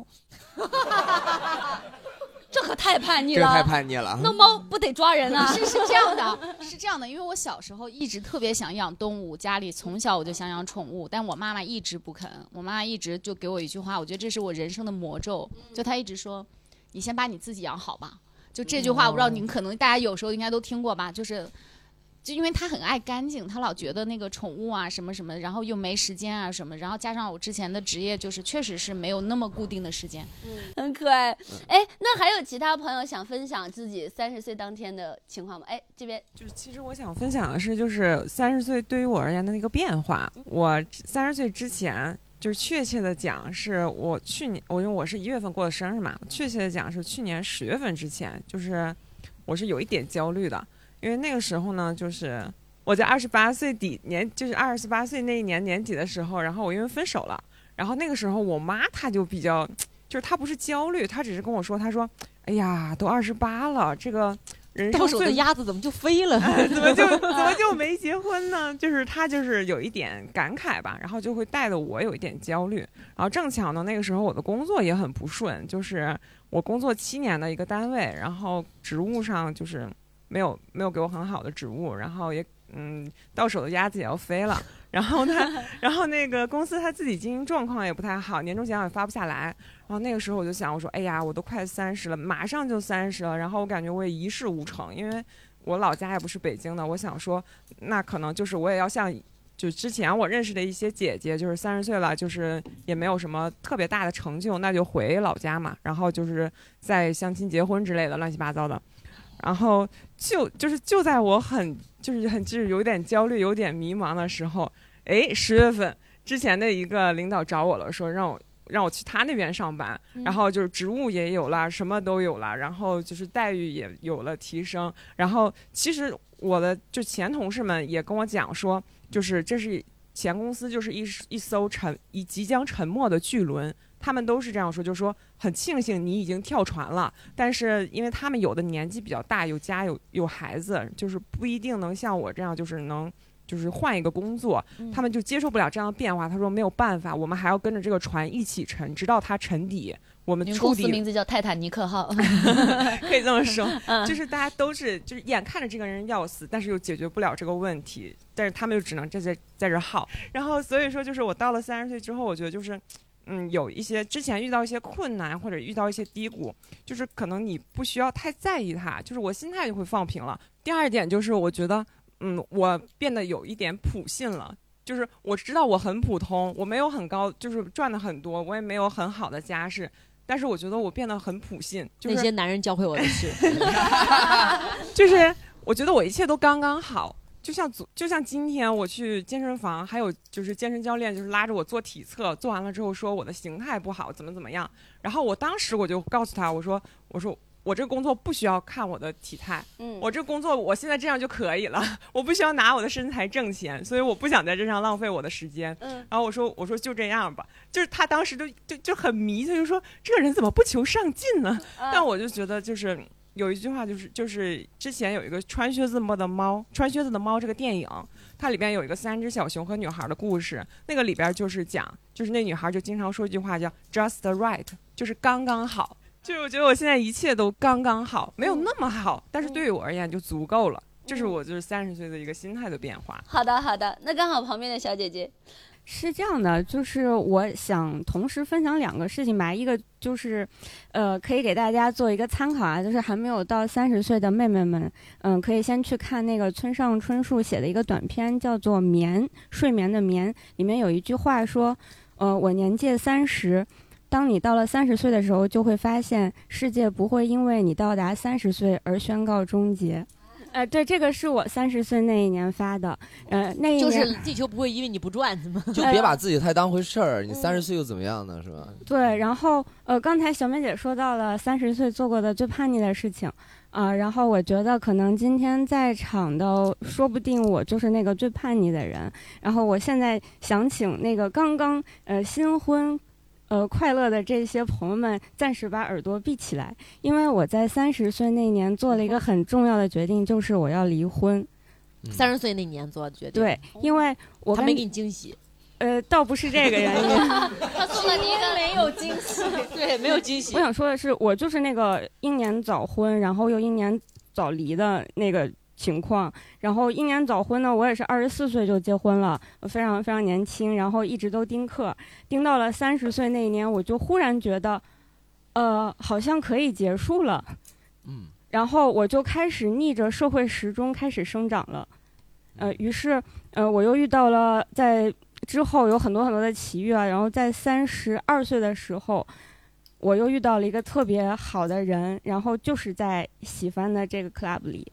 这可太叛逆了！ 这太叛逆了！ 那猫不得抓人啊？ 是这样的，是这样的，因为我小时候一直特别想养动物，家里从小我就想养宠物，但我妈妈一直不肯。我妈妈一直就给我一句话，我觉得这是我人生的魔咒，就她一直说：“你先把你自己养好吧。”就这句话，我不知道你们可能大家有时候应该都听过吧，就因为他很爱干净，他老觉得那个宠物啊什么什么，然后又没时间啊什么，然后加上我之前的职业就是确实是没有那么固定的时间。 很可爱。哎，那还有其他朋友想分享自己30岁当天的情况吗？哎，这边就是其实我想分享的是，就是30岁对于我而言的那个变化。我30岁之前，就是确切的讲是我因为我是1月份过的生日嘛，确切的讲是去年10月份之前，就是我是有一点焦虑的。因为那个时候呢，就是我在28岁就是28岁那一年年底的时候，然后我因为分手了，然后那个时候我妈她就比较，就是她不是焦虑，她只是跟我说，她说，哎呀，都28了，这个人生到手的鸭子怎么就飞了？ 怎么就没结婚呢？就是她就是有一点感慨吧，然后就会带得我有一点焦虑。然后正巧呢，那个时候我的工作也很不顺，就是我工作7年的一个单位，然后职务上就是没有给我很好的职务，然后也到手的鸭子也要飞了，然后那个公司他自己经营状况也不太好，年终奖也发不下来。然后那个时候我就想，我说哎呀，我都快30了，马上就30了，然后我感觉我也一事无成，因为我老家也不是北京的，我想说那可能就是我也要像就之前我认识的一些姐姐，就是30岁了，就是也没有什么特别大的成就，那就回老家嘛，然后就是在相亲结婚之类的乱七八糟的。然后就在我就是有点焦虑、有点迷茫的时候，哎，10月份之前的一个领导找我了，说让我去他那边上班，然后就是职务也有了，什么都有了，然后就是待遇也有了提升。然后其实我的就前同事们也跟我讲说，就是这是前公司就是一艘即将沉没的巨轮。他们都是这样说，就是说很庆幸你已经跳船了，但是因为他们有的年纪比较大，有家有孩子，就是不一定能像我这样，就是换一个工作，他们就接受不了这样的变化。他说没有办法，我们还要跟着这个船一起沉，直到它沉底。我们公司名字叫泰坦尼克号， 可以这么说，就是大家都是就是眼看着这个人要死，但是又解决不了这个问题，但是他们又只能在这耗。然后所以说，就是我到了30岁之后，我觉得就是有一些之前遇到一些困难或者遇到一些低谷，就是可能你不需要太在意它，就是我心态就会放平了。第二点就是我觉得我变得有一点普信了，就是我知道我很普通，我没有很高，就是赚的很多，我也没有很好的家世，但是我觉得我变得很普信，就是那些男人教会我的事就是我觉得我一切都刚刚好， 就像今天我去健身房，还有就是健身教练就是拉着我做体测，做完了之后说我的形态不好，怎么样。然后我当时我就告诉他，我说我这个工作不需要看我的体态，我这个工作我现在这样就可以了，我不需要拿我的身材挣钱，所以我不想在这上浪费我的时间。然后我说就这样吧，就是他当时就很迷，他就说这个人怎么不求上进呢？但我就觉得就是有一句话就是之前有一个穿靴子的猫这个电影，它里边有一个3只小熊和女孩的故事，那个里边就是讲，就是那女孩就经常说一句话叫 just right， 就是刚刚好。就是我觉得我现在一切都刚刚好，没有那么好，但是对于我而言就足够了。这是我就是30岁的一个心态的变化。 好的，那刚好旁边的小姐姐。 是这样的，就是我想同时分享2个事情吧。一个就是，可以给大家做一个参考啊，就是还没有到30岁的妹妹们，可以先去看那个村上春树写的一个短篇，叫做《眠》，睡眠的眠，里面有一句话说，我年届30。当你到了30岁的时候，就会发现世界不会因为你到达30岁而宣告终结。对，这个是我30岁那一年发的。那一年就是地球不会因为你不转是吗？ 就别把自己太当回事儿，你30岁又怎么样呢？是吧？ 对，然后刚才小美姐说到了30岁做过的最叛逆的事情。然后我觉得可能今天在场的说不定我就是那个最叛逆的人。然后我现在想请那个刚刚新婚快乐的这些朋友们暂时把耳朵闭起来，因为我在30岁那年做了一个很重要的决定，就是我要离婚。 30岁那年做的决定。 对，因为他没给你惊喜。 倒不是这个原因。 他送了你一个没有惊喜。 对，没有惊喜。 我想说的是，我就是那个英年早婚，然后又英年早离的那个情况。然后英年早婚呢，我也是24岁就结婚了，非常非常年轻，然后一直都丁克，丁到了30岁那一年，我就忽然觉得，好像可以结束了。然后我就开始逆着社会时钟开始生长了。于是我又遇到了在之后有很多很多的奇遇啊，然后在32岁的时候，我又遇到了一个特别好的人，然后就是在喜番的这个 club 里。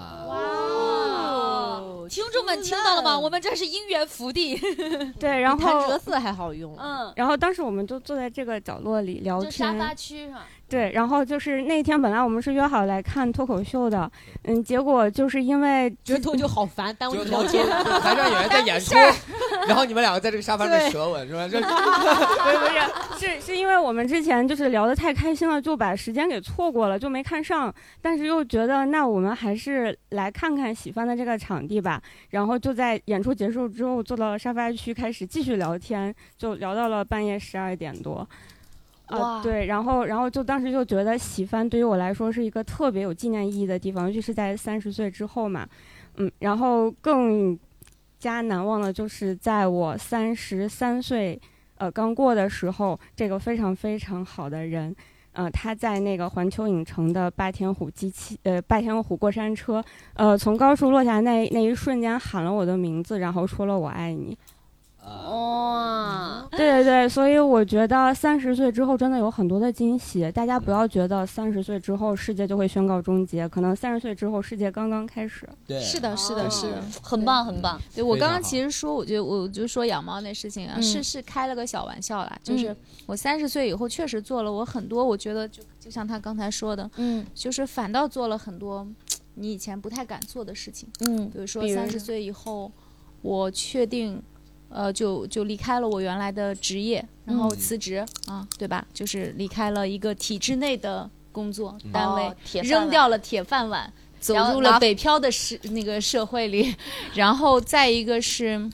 哇！听众们听到了吗？我们这是姻缘福地。 对，然后弹折色还好用。 然后当时我们就坐在这个角落里聊天， 就沙发区上。 对，然后就是那天本来我们是约好来看脱口秀的，结果就是因为觉得脱口秀好烦，耽误你聊天。 台上有人在演出，然后你们两个在这个沙发上舌吻是吧？ 不是因为我们之前就是聊得太开心了，就把时间给错过了，就没看上。但是又觉得那我们还是来看看喜番的这个场地吧。然后就在演出结束之后，坐到了沙发区开始继续聊天，就聊到了半夜12点多。对，然后就当时就觉得喜番对于我来说是一个特别有纪念意义的地方，尤其是在30岁之后嘛。然后更加难忘的就是在我33岁刚过的时候，这个非常非常好的人，他在那个环球影城的霸天虎过山车，从高处落下那一瞬间喊了我的名字，然后说了我爱你。 哇， 对，所以我觉得30岁之后真的有很多的惊喜，大家不要觉得30岁之后世界就会宣告终结，可能30岁之后世界刚刚开始。 对， 是的， 很棒，很棒。 对，我刚刚其实说，我就说养猫那事情啊，是开了个小玩笑啦，就是我30岁以后确实做了我很多，我觉得就像他刚才说的，就是反倒做了很多你以前不太敢做的事情，比如说30岁以后，我确定。就离开了我原来的职业，然后辞职对吧？就是离开了一个体制内的工作单位，扔掉了铁饭碗，走入了北漂的那个社会里。然后再一个是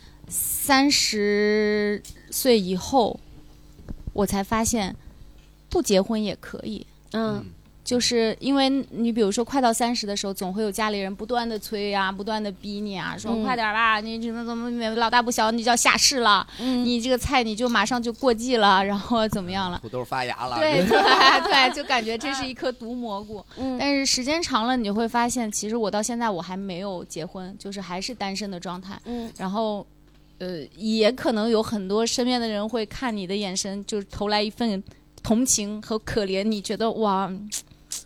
30岁以后，我才发现不结婚也可以。就是因为你比如说快到30的时候，总会有家里人不断的催啊，不断的逼你啊，说快点吧，你怎么老大不小，你就要下市了，你这个菜你就马上就过季了，然后怎么样了？ 土豆发芽了。 对，就感觉这是一颗毒蘑菇。但是时间长了，你就会发现，其实我到现在我还没有结婚，就是还是单身的状态。然后，也可能有很多身边的人会看你的眼神，就是投来一份同情和可怜，你觉得哇。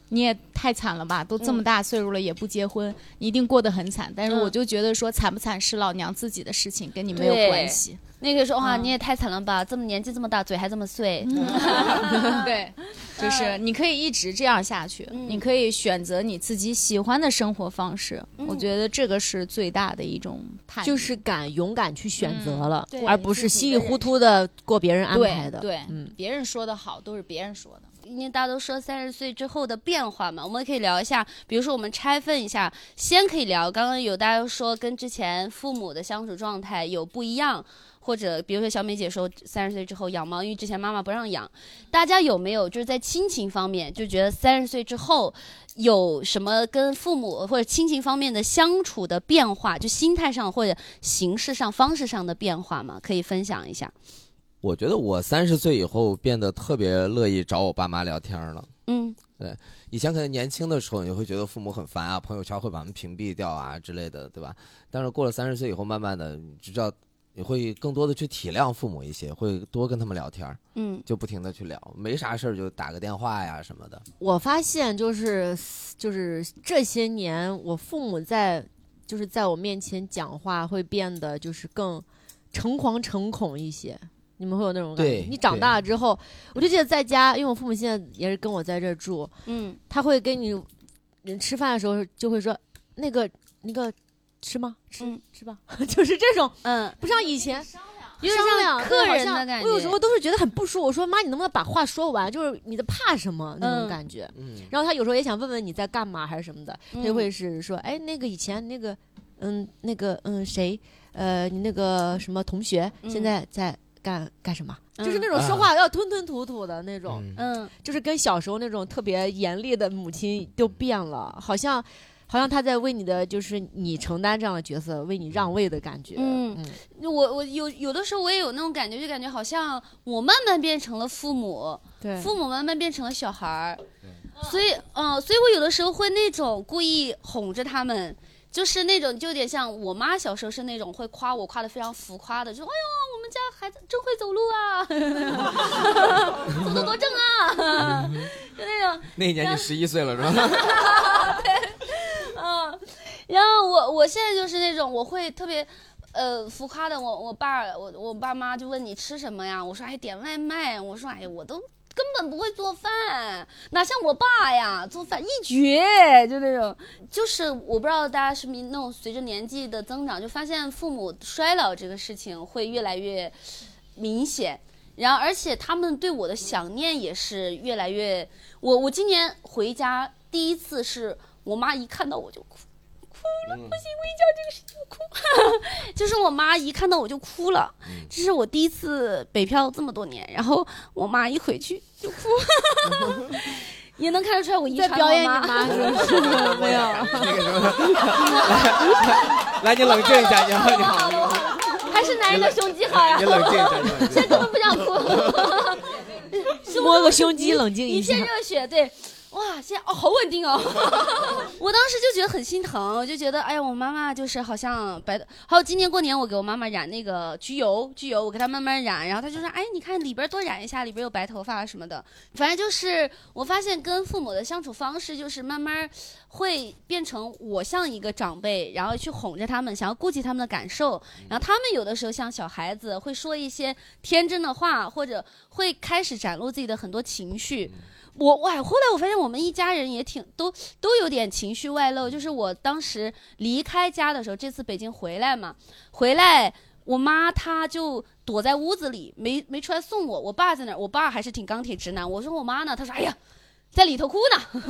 你也太惨了吧，都这么大岁数了也不结婚，你一定过得很惨。但是我就觉得说惨不惨是老娘自己的事情，跟你没有关系。 那个时候哇，你也太惨了吧，这么年纪这么大，嘴还这么碎。 对，就是你可以一直这样下去，你可以选择你自己喜欢的生活方式。我觉得这个是最大的一种判断， 就是勇敢去选择了，而不是稀里糊涂的过别人安排的。 对，别人说的好都是别人说的。 因为大家都说30岁之后的变化嘛，我们可以聊一下，比如说我们拆分一下，先可以聊，刚刚有大家说跟之前父母的相处状态有不一样，或者比如说小美姐说30岁之后养猫，因为之前妈妈不让养，大家有没有就是在亲情方面就觉得30岁之后有什么跟父母或者亲情方面的相处的变化，就心态上或者形式上方式上的变化吗？可以分享一下。 我觉得我30岁以后变得特别乐意找我爸妈聊天了。对，以前可能年轻的时候你会觉得父母很烦啊，朋友圈会把他们屏蔽掉啊之类的，对吧？但是过了30岁以后，慢慢的你知道你会更多的去体谅父母一些，会多跟他们聊天，就不停的去聊，没啥事就打个电话呀什么的。 我发现就是这些年我父母在我面前讲话会变得就是更诚惶诚恐一些。你们会有那种感觉？你长大了之后，我就记得在家，因为我父母现在也是跟我在这住，他会跟你吃饭的时候就会说那个吃吗？吃吧，就是这种，不像以前有点像客人的感觉。 我有时候都是觉得很不舒服，我说妈，你能不能把话说完？就是你在怕什么那种感觉。然后他有时候也想问问你在干嘛还是什么的，他就会是说，哎，那个以前那个谁，你那个什么同学现在在干什么？就是那种说话要吞吞吐吐的那种，就是跟小时候那种特别严厉的母亲都变了，好像他在为你的就是你承担这样的角色，为你让位的感觉。 我有的时候我也有那种感觉，就感觉好像我慢慢变成了父母，父母慢慢变成了小孩，所以我有的时候会那种故意哄着他们。就是那种就有点像我妈小时候是那种会夸我夸得非常浮夸的，就哎呦我们家孩子真会走路啊，走得多正啊，就那种。 那一年你11岁了是吧？ 对，然后我现在就是那种我会特别浮夸的，我爸妈就问你吃什么呀，我说点外卖，我说我都根本不会做饭，哪像我爸呀，做饭一绝，就那种。就是我不知道大家是不是那种随着年纪的增长，就发现父母衰老这个事情会越来越明显，然后而且他们对我的想念也是越来越。我今年回家第一次是我妈一看到我就哭了，不行，我一讲这个事情我哭，就是我妈一看到我就哭了，这是我第一次北漂这么多年，然后我妈一回去就哭，也能看得出来我遗传在表演你妈是没有？ 那个什么，来你冷静一下，你好， 还是男人的胸肌好呀？ 你冷静一下， 现在根本不想哭， 摸个胸肌冷静一下， 一片热血，对。哇，现在好稳定哦！我当时就觉得很心疼，我就觉得，哎呀，我妈妈就是好像还有今年过年我给我妈妈染那个焗油，我给她慢慢染，然后她就说，哎，你看里边多染一下，里边有白头发什么的。反正就是我发现跟父母的相处方式，就是慢慢会变成我像一个长辈，然后去哄着他们，想要顾及他们的感受，然后他们有的时候像小孩子会说一些天真的话，或者会开始展露自己的很多情绪。后来我发现我们一家人也都有点情绪外露，就是我当时离开家的时候，这次北京回来，我妈她就躲在屋子里，没出来送我，我爸在那儿，我爸还是挺钢铁直男，我说我妈呢，他说哎呀，在里头哭呢，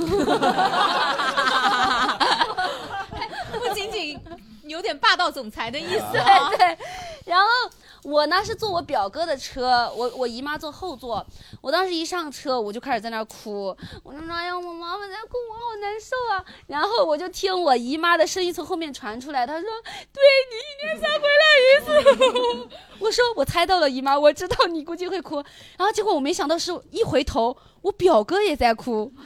不仅仅有点霸道总裁的意思， 对，然后。我呢是坐我表哥的车，我姨妈坐后座，我当时一上车我就开始在那儿哭，我说哎呀我妈妈在哭，我好难受啊，然后我就听我姨妈的声音从后面传出来，她说对你1年才回来一次，我说我猜到了姨妈，我知道你估计会哭，然后结果我没想到是一回头我表哥也在哭，然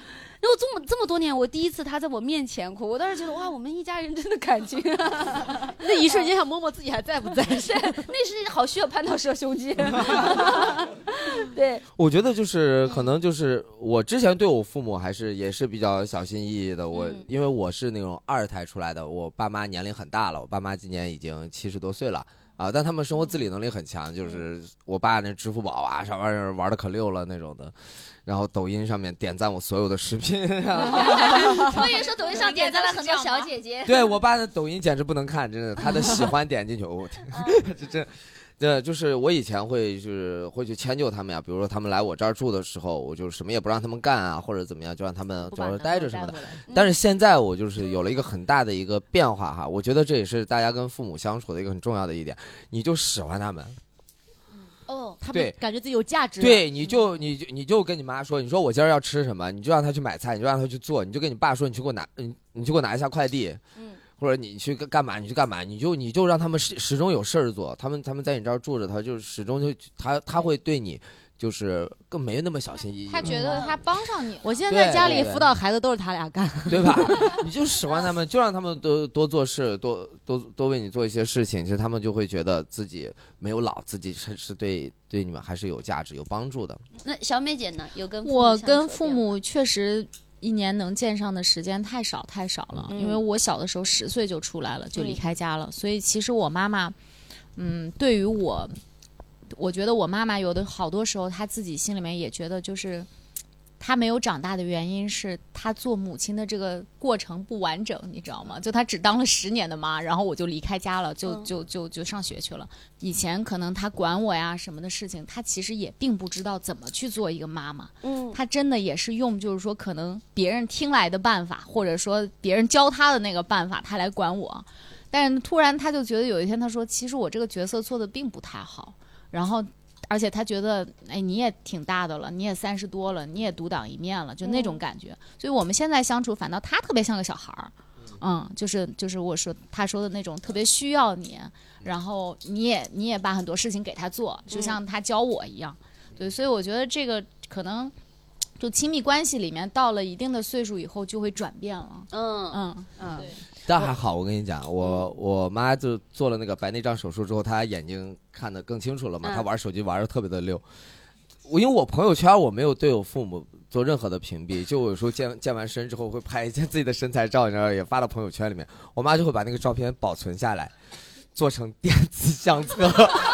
然后这么多年，我第一次他在我面前哭，我当时觉得哇，我们一家人真的感情啊！ 那一瞬间想摸摸自己还在不在， 是那是好需要蟠桃射胸肌。对， 我觉得就是可能就是我之前对我父母也是比较小心翼翼的。因为我是那种2胎出来的，我爸妈年龄很大了，我爸妈今年已经70多岁了。但他们生活自理能力很强，就是我爸那支付宝啊啥玩意儿玩的可溜了那种的，然后抖音上面点赞我所有的视频。 我也说抖音上点赞了很多小姐姐。 对，我爸的抖音简直不能看，真的，他的喜欢点进去，我天，这真。对，就是我以前会去迁就他们呀，比如说他们来我这儿住的时候，我就什么也不让他们干啊，或者怎么样，就让他们主要是待着什么的。但是现在我就是有了一个很大的一个变化哈，我觉得这也是大家跟父母相处的一个很重要的一点，你就使唤他们。 他们感觉自己有价值。 对，你就跟你妈说，你说我今儿要吃什么，你就让他去买菜，你就让他去做，你就跟你爸说，你去给我拿一下快递。或者你去干嘛？你去干嘛？你就让他们始终有事儿做。他们在你这儿住着，他就始终就他会对你就是更没那么小心翼翼。 他觉得他帮上你。 我现在在家里辅导孩子都是他俩干， 对吧？你就使唤他们，就让他们多做事，多为你做一些事情，其实他们就会觉得自己没有老，自己是对你们还是有价值、有帮助的。 那小美姐呢？有跟我跟父母确实。1年能见上的时间太少了，因为我小的时候10岁就出来了，就离开家了，所以其实我妈妈，对于我觉得我妈妈有的好多时候她自己心里面也觉得，就是她没有长大的原因是她做母亲的这个过程不完整，你知道吗？就她只当了10年的妈，然后我就离开家了，就上学去了。以前可能她管我呀什么的事情，她其实也并不知道怎么去做一个妈妈。她真的也是用就是说可能别人听来的办法，或者说别人教她的那个办法，她来管我。但是突然她就觉得有一天她说，其实我这个角色做的并不太好，然后而且她觉得哎你也挺大的了，你也30多了，你也独当一面了，就那种感觉。所以我们现在相处反倒她特别像个小孩儿。就是我说他说的那种特别需要你，然后你也把很多事情给他做，就像他教我一样。对，所以我觉得这个可能就亲密关系里面到了一定的岁数以后就会转变了。对。 但还好，我跟你讲，我妈就做了那个白内障手术之后，她眼睛看得更清楚了嘛，她玩手机玩得特别的溜。因为我朋友圈我没有对我父母做任何的屏蔽，就我有时候健完身之后会拍一件自己的身材照，然后也发到朋友圈里面，我妈就会把那个照片保存下来，做成电子相册，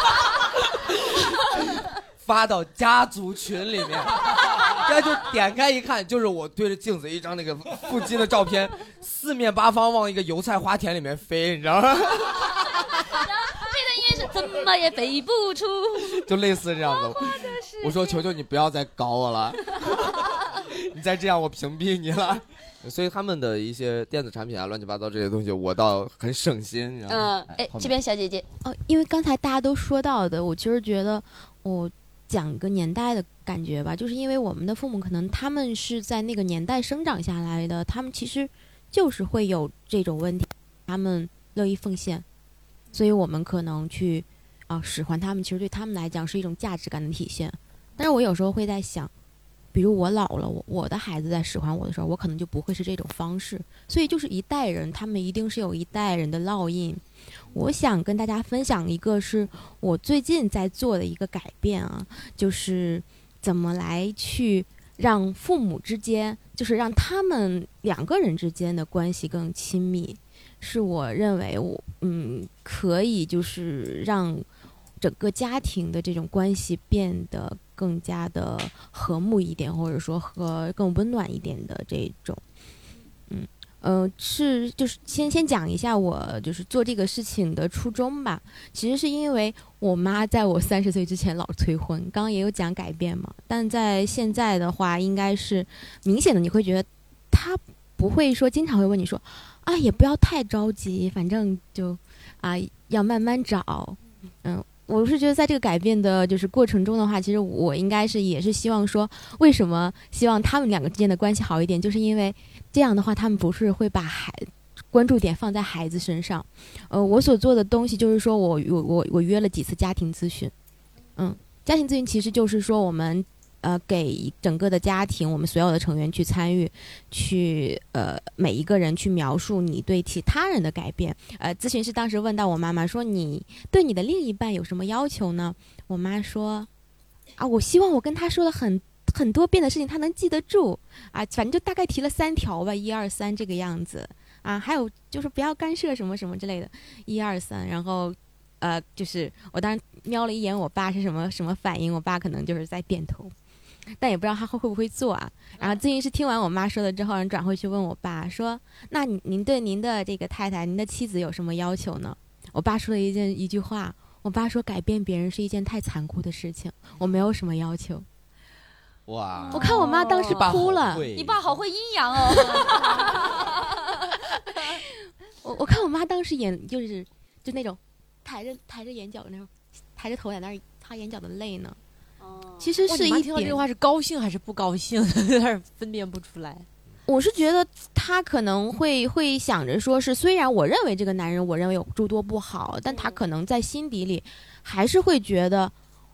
发到家族群里面。这就点开一看，就是我对着镜子一张那个腹肌的照片，四面八方往一个油菜花田里面飞，你知道吗？ 怎么也飞不出， 就类似这样子。我说求求你不要再搞我了，你再这样我屏蔽你了。所以他们的一些电子产品啊，乱七八糟这些东西，我倒很省心。 这边小姐姐因为刚才大家都说到的，我其实觉得我讲个年代的感觉吧，就是因为我们的父母可能他们是在那个年代生长下来的，他们其实就是会有这种问题，他们乐意奉献。所以我们可能去使唤他们，其实对他们来讲是一种价值感的体现。但是我有时候会在想，比如我老了，我的孩子在使唤我的时候，我可能就不会是这种方式。所以就是一代人，他们一定是有一代人的烙印。我想跟大家分享一个是我最近在做的一个改变啊，就是怎么来去让父母之间，就是让他们2个人之间的关系更亲密。是我认为可以就是让整个家庭的这种关系变得更加的和睦一点，或者说更温暖一点的这种。就是先讲一下我就是做这个事情的初衷吧。其实是因为我妈在我30岁之前老催婚，刚刚也有讲改变嘛，但在现在的话，应该是明显的你会觉得她不会说经常会问你说也不要太着急，反正就要慢慢找。我是觉得在这个改变的就是过程中的话，其实我应该是也是希望说，为什么希望他们2个之间的关系好一点，就是因为这样的话他们不是会把关注点放在孩子身上。我所做的东西就是说我约了几次家庭咨询。家庭咨询其实就是说我们给整个的家庭，我们所有的成员去参与，去每一个人去描述你对其他人的改变。咨询师当时问到我妈妈说：“你对你的另一半有什么要求呢？”我妈说：“啊，我希望我跟他说了很多遍的事情，他能记得住啊，反正就大概提了3条吧，1、2、3这个样子啊，还有就是不要干涉什么什么之类的，1、2、3，然后。”就是我当时瞄了一眼我爸是什么反应，我爸可能就是在点头，但也不知道他会不会做啊。然后咨询师听完我妈说了之后，转回去问我爸说：“那您对您的这个太太，您的妻子有什么要求呢？”我爸说了一句话，我爸说：“改变别人是一件太残酷的事情，我没有什么要求。” 哇！ 我看我妈当时哭了， 你爸好会阴阳哦。 我看我妈当时就那种。抬着眼角的那种，抬着头在那儿擦眼角的泪呢。其实是一点。 听到这句话是高兴还是不高兴，有点分辨不出来。 我是觉得他可能会想着说是，虽然我认为这个男人我认为有诸多不好，但他可能在心底里还是会觉得，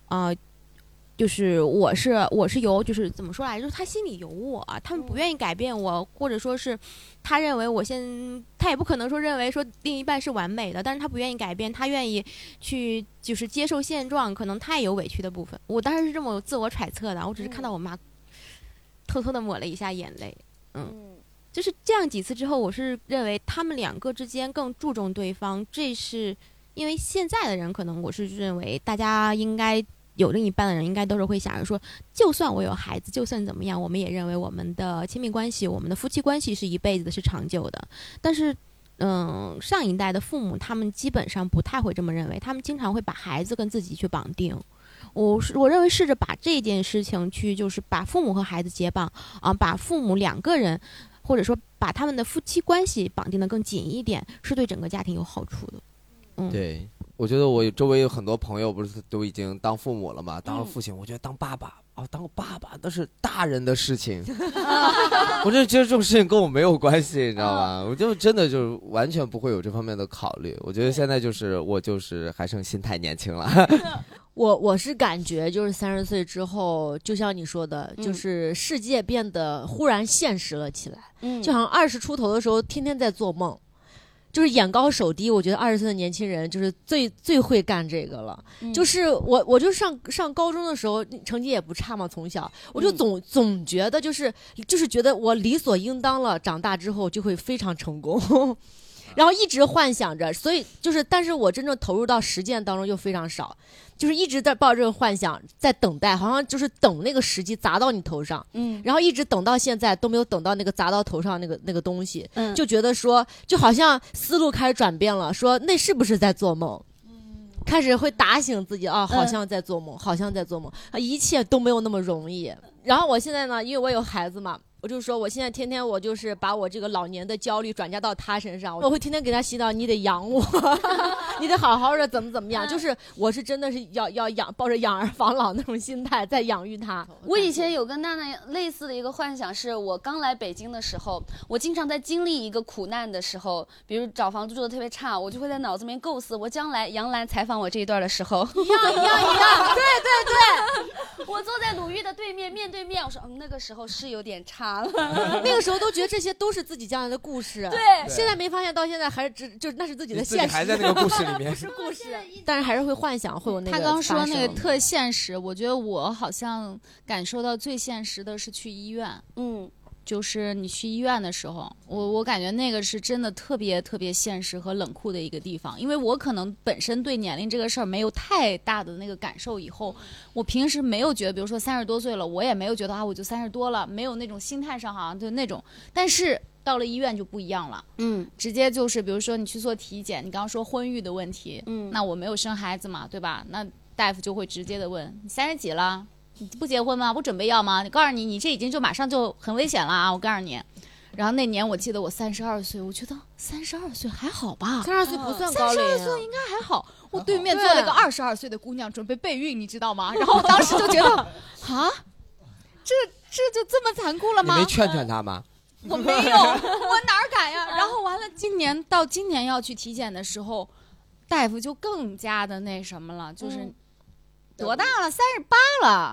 就是我是有，就是怎么说来，就是他心里有我，他们不愿意改变我，或者说是他认为他也不可能说认为说另一半是完美的，但是他不愿意改变，他愿意去就是接受现状，可能他也有委屈的部分。我当时是这么自我揣测的，我只是看到我妈偷偷的抹了一下眼泪，就是这样几次之后，我是认为他们2个之间更注重对方，这是因为现在的人可能我是认为大家应该。有另一半的人应该都是会想着说，就算我有孩子，就算怎么样，我们也认为我们的亲密关系，我们的夫妻关系是一辈子的，是长久的。但是，上一代的父母他们基本上不太会这么认为，他们经常会把孩子跟自己去绑定。我认为试着把这件事情去，就是把父母和孩子结绑啊，把父母2个人，或者说把他们的夫妻关系绑定得更紧一点，是对整个家庭有好处的。 对。我觉得我周围有很多朋友不是都已经当父母了嘛，当了父亲，我觉得当爸爸当个爸爸那是大人的事情，我就觉得这种事情跟我没有关系，你知道吧？我就真的就完全不会有这方面的考虑。我觉得现在我还剩心太年轻了。 我是感觉就是30岁之后，就像你说的，就是世界变得忽然现实了起来，就好像20出头的时候天天在做梦。就是眼高手低，我觉得20岁的年轻人就是最会干这个了。就是我就上高中的时候成绩也不差嘛，从小我就总觉得就是觉得我理所应当了，长大之后就会非常成功。然后一直幻想着，所以但是我真正投入到实践当中又非常少，就是一直在抱着这个幻想，在等待，好像就是等那个时机砸到你头上，然后一直等到现在都没有等到那个砸到头上那个东西，就觉得说，就好像思路开始转变了，说那是不是在做梦？开始会打醒自己啊，好像在做梦，好像在做梦，一切都没有那么容易。然后我现在呢，因为我有孩子嘛。我就说，我现在天天我就是把我这个老年的焦虑转嫁到他身上，我会天天给他洗脑，你得养我，你得好好的怎么样，就是我是真的是要养，抱着养儿防老那种心态在养育他。 我以前有跟娜娜类似的一个幻想，是我刚来北京的时候，我经常在经历一个苦难的时候，比如找房住的特别差，我就会在脑子里面构思，我将来杨澜采访我这一段的时候， 一样， 对，我坐在鲁豫的对面，面对面，我说那个时候是有点差。 那个时候都觉得这些都是自己将来的故事， 对， 现在没发现，到现在还是就那是自己的现实， 还在那个故事里面， 是故事，但是还是会幻想会有那个。 他刚说那个特现实，我觉得我好像感受到最现实的是去医院，就是你去医院的时候，我感觉那个是真的特别特别现实和冷酷的一个地方，因为我可能本身对年龄这个事儿没有太大的那个感受，以后我平时没有觉得，比如说30多岁了，我也没有觉得我就30多了，没有那种心态上好像就那种，但是到了医院就不一样了，直接就是比如说你去做体检，你刚刚说婚育的问题，那我没有生孩子嘛，对吧？那大夫就会直接的问你30几了。你不结婚吗？不准备要吗？你告诉你这已经就马上就很危险了啊！我告诉你。然后那年我记得我32岁，我觉得32岁还好吧 ，32岁不算高龄 ，32岁应该还好。我对面坐了个22岁的姑娘，准备备孕，你知道吗？然后我当时就觉得，啊，这就这么残酷了吗？ 你没劝劝她吗？ 我没有，我哪敢呀？然后完了，今年要去体检的时候，大夫就更加的那什么了，就是。多大了？38了。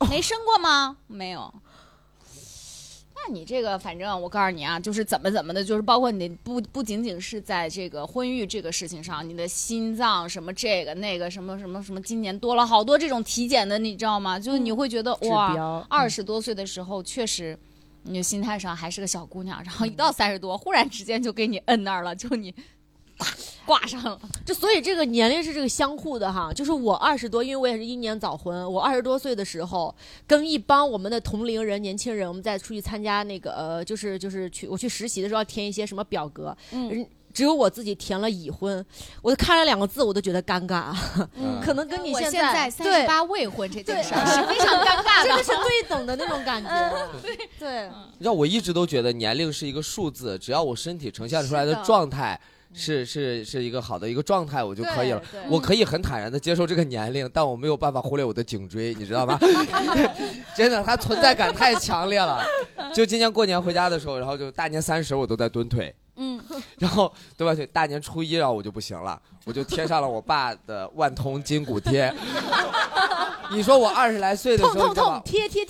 没生过吗？没有。那你这个，反正我告诉你啊，就是怎么的，就是包括你不仅仅是在这个婚育这个事情上，你的心脏什么这个那个什么，今年多了好多这种体检的，你知道吗？就是你会觉得哇，20多岁的时候确实，你的心态上还是个小姑娘，然后一到30多，忽然之间就给你摁那儿了，就你。挂上了， 所以这个年龄是这个相互的哈，就是我20多，因为我也是英年早婚，我20多岁的时候，跟一帮我们的同龄人、年轻人，我们再出去参加那个就是我去实习的时候要填一些什么表格，只有我自己填了已婚，我看了2个字我都觉得尴尬，可能跟你现在 38未婚这件事是非常尴尬的， 这个是对等的那种感觉，对。 让我一直都觉得年龄是一个数字，只要我身体呈现出来的状态。是一个好的一个状态，我就可以了。我可以很坦然的接受这个年龄，但我没有办法忽略我的颈椎，你知道吗？真的，它存在感太强烈了。就今年过年回家的时候，然后就大年30我都在蹲腿，然后对吧？大年初1，然后我就不行了，我就贴上了我爸的万通筋骨贴。你说我20来岁的时候， 痛贴，早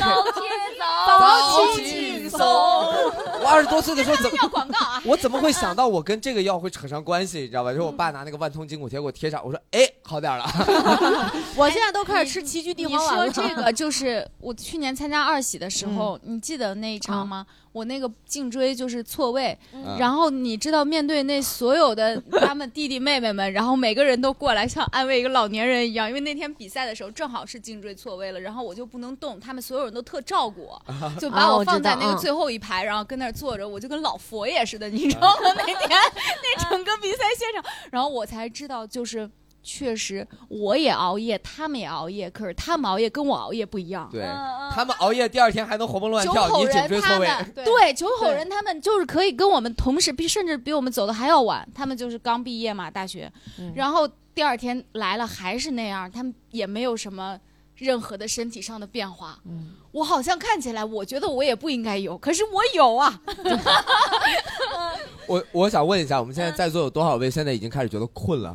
起轻松。 我20多岁的时候要广告啊？ 我怎么会想到我跟这个药会扯上关系？你知道吧？就是我爸拿那个万通筋骨贴给我贴上，我说好点了。 我现在都开始吃齐聚地黄丸了。 你说这个就是我去年参加2喜的时候，你记得那一场吗？我那个颈椎就是错位，然后你知道面对那所有的他们弟弟妹妹们，然后每个人都过来像安慰一个老年人一样，因为那天比赛的时候正好是颈椎错位了，然后我就不能动，他们所有人都特照顾我，就把我放在那个最后一排，然后跟那儿坐着，我就跟老佛爷似的，你知道吗？那天那整个比赛现场，然后我才知道就是。确实，我也熬夜，他们也熬夜，可是他们熬夜跟我熬夜不一样。 对，他们熬夜第2天还能活蹦乱跳，你颈椎错位。 对，九口人他们就是可以跟我们同时，甚至比我们走的还要晚。他们就是刚毕业嘛，大学，然后第2天来了还是那样，他们也没有什么任何的身体上的变化。我好像看起来，我觉得我也不应该有，可是我有啊。 我想问一下，我们现在在座有多少位现在已经开始觉得困了？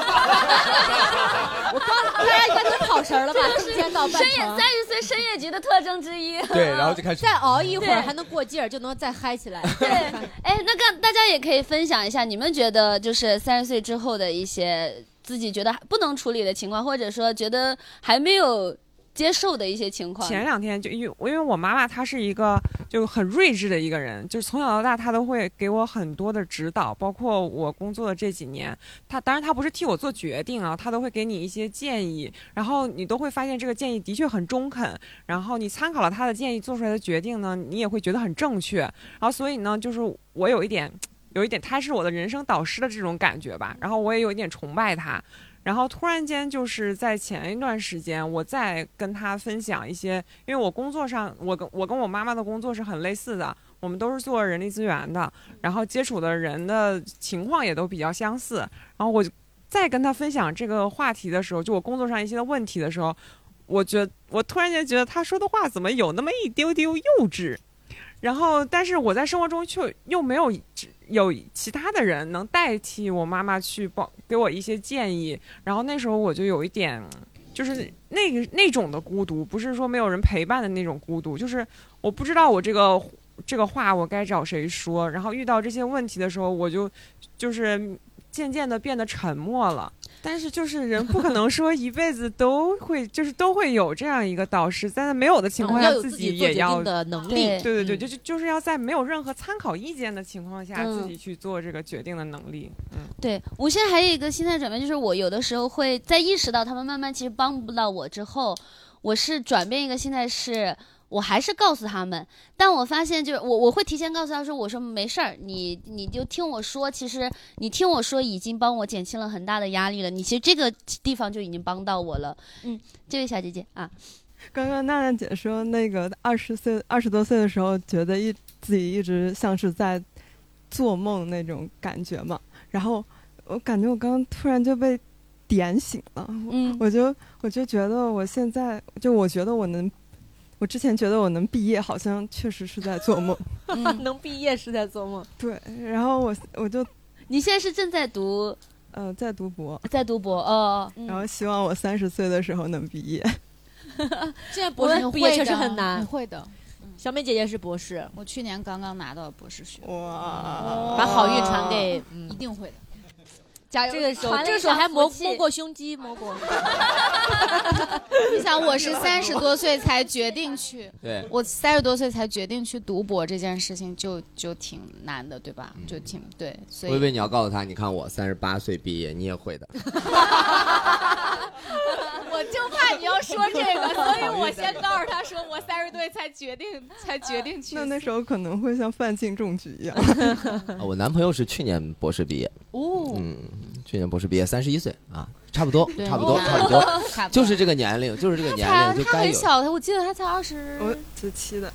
我刚大家应该都跑神了吧？时间到半程 30岁深夜局的特征之一。 对，然后就开始再熬一会儿还能过劲儿，就能再嗨起来。 对，那大家也可以分享一下，你们觉得就是30岁之后的一些自己觉得不能处理的情况，或者说觉得还没有接受的一些情况。 前2天就因为我妈妈她是一个就很睿智的一个人，就是从小到大她都会给我很多的指导，包括我工作的这几年，当然她不是替我做决定啊，她都会给你一些建议，然后你都会发现这个建议的确很中肯，然后你参考了她的建议做出来的决定呢，你也会觉得很正确，然后所以呢，就是我有一点她是我的人生导师的这种感觉吧，然后我也有一点崇拜她。然后突然间就是在前一段时间，我在跟他分享一些，因为我工作上，我跟我妈妈的工作是很类似的，我们都是做人力资源的，然后接触的人的情况也都比较相似。然后我在跟他分享这个话题的时候，就我工作上一些的问题的时候，我突然间觉得他说的话怎么有那么一丢丢幼稚。然后，但是我在生活中却又没有其他的人能代替我妈妈去给我一些建议。然后那时候我就有一点，就是那种的孤独，不是说没有人陪伴的那种孤独，就是我不知道我这个话我该找谁说。然后遇到这些问题的时候，我就是渐渐的变得沉默了。但是就是人不可能说一辈子都会有这样一个导师，在没有的情况下自己也要的能力。 对，就是要在没有任何参考意见的情况下，自己去做这个决定的能力。 对，我现在还有一个心态转变，就是我有的时候会在意识到他们慢慢其实帮不到我之后，我是转变一个心态是。我还是告诉他们，但我发现就是我会提前告诉他说，我说没事儿，你就听我说，其实你听我说已经帮我减轻了很大的压力了，你其实这个地方就已经帮到我了。这位小姐姐啊， 刚刚娜娜姐说那个20多岁的时候，觉得自己一直像是在做梦那种感觉嘛，然后我感觉我刚刚突然就被点醒了，我就觉得我现在我觉得我之前觉得我能毕业，好像确实是在做梦。 能毕业是在做梦。 对，然后我就， 你现在是正在读， 在读博， 哦。 然后希望我30岁的时候能毕业。 现在博士毕业确实很难， 会的。 小美姐姐是博士， 我去年刚刚拿到博士学位。 哇！把好运传给， 一定会的。 加油！这个时候还摸过胸肌，摸过。 你想，我是30多岁才决定去， 对， 我30多岁才决定去读博这件事情就挺难的，对吧？就挺对，所以我以为你要告诉他，你看我38岁毕业，你也会的。 我就怕你要说这个，所以我先告诉他说，我30岁才决定去。 那时候可能会像范进中举一样。 我男朋友是去年博士毕业。 哦。 去年博士毕业，31岁啊，差不多，就是这个年龄，就该有。 他很小，我记得他才 97的。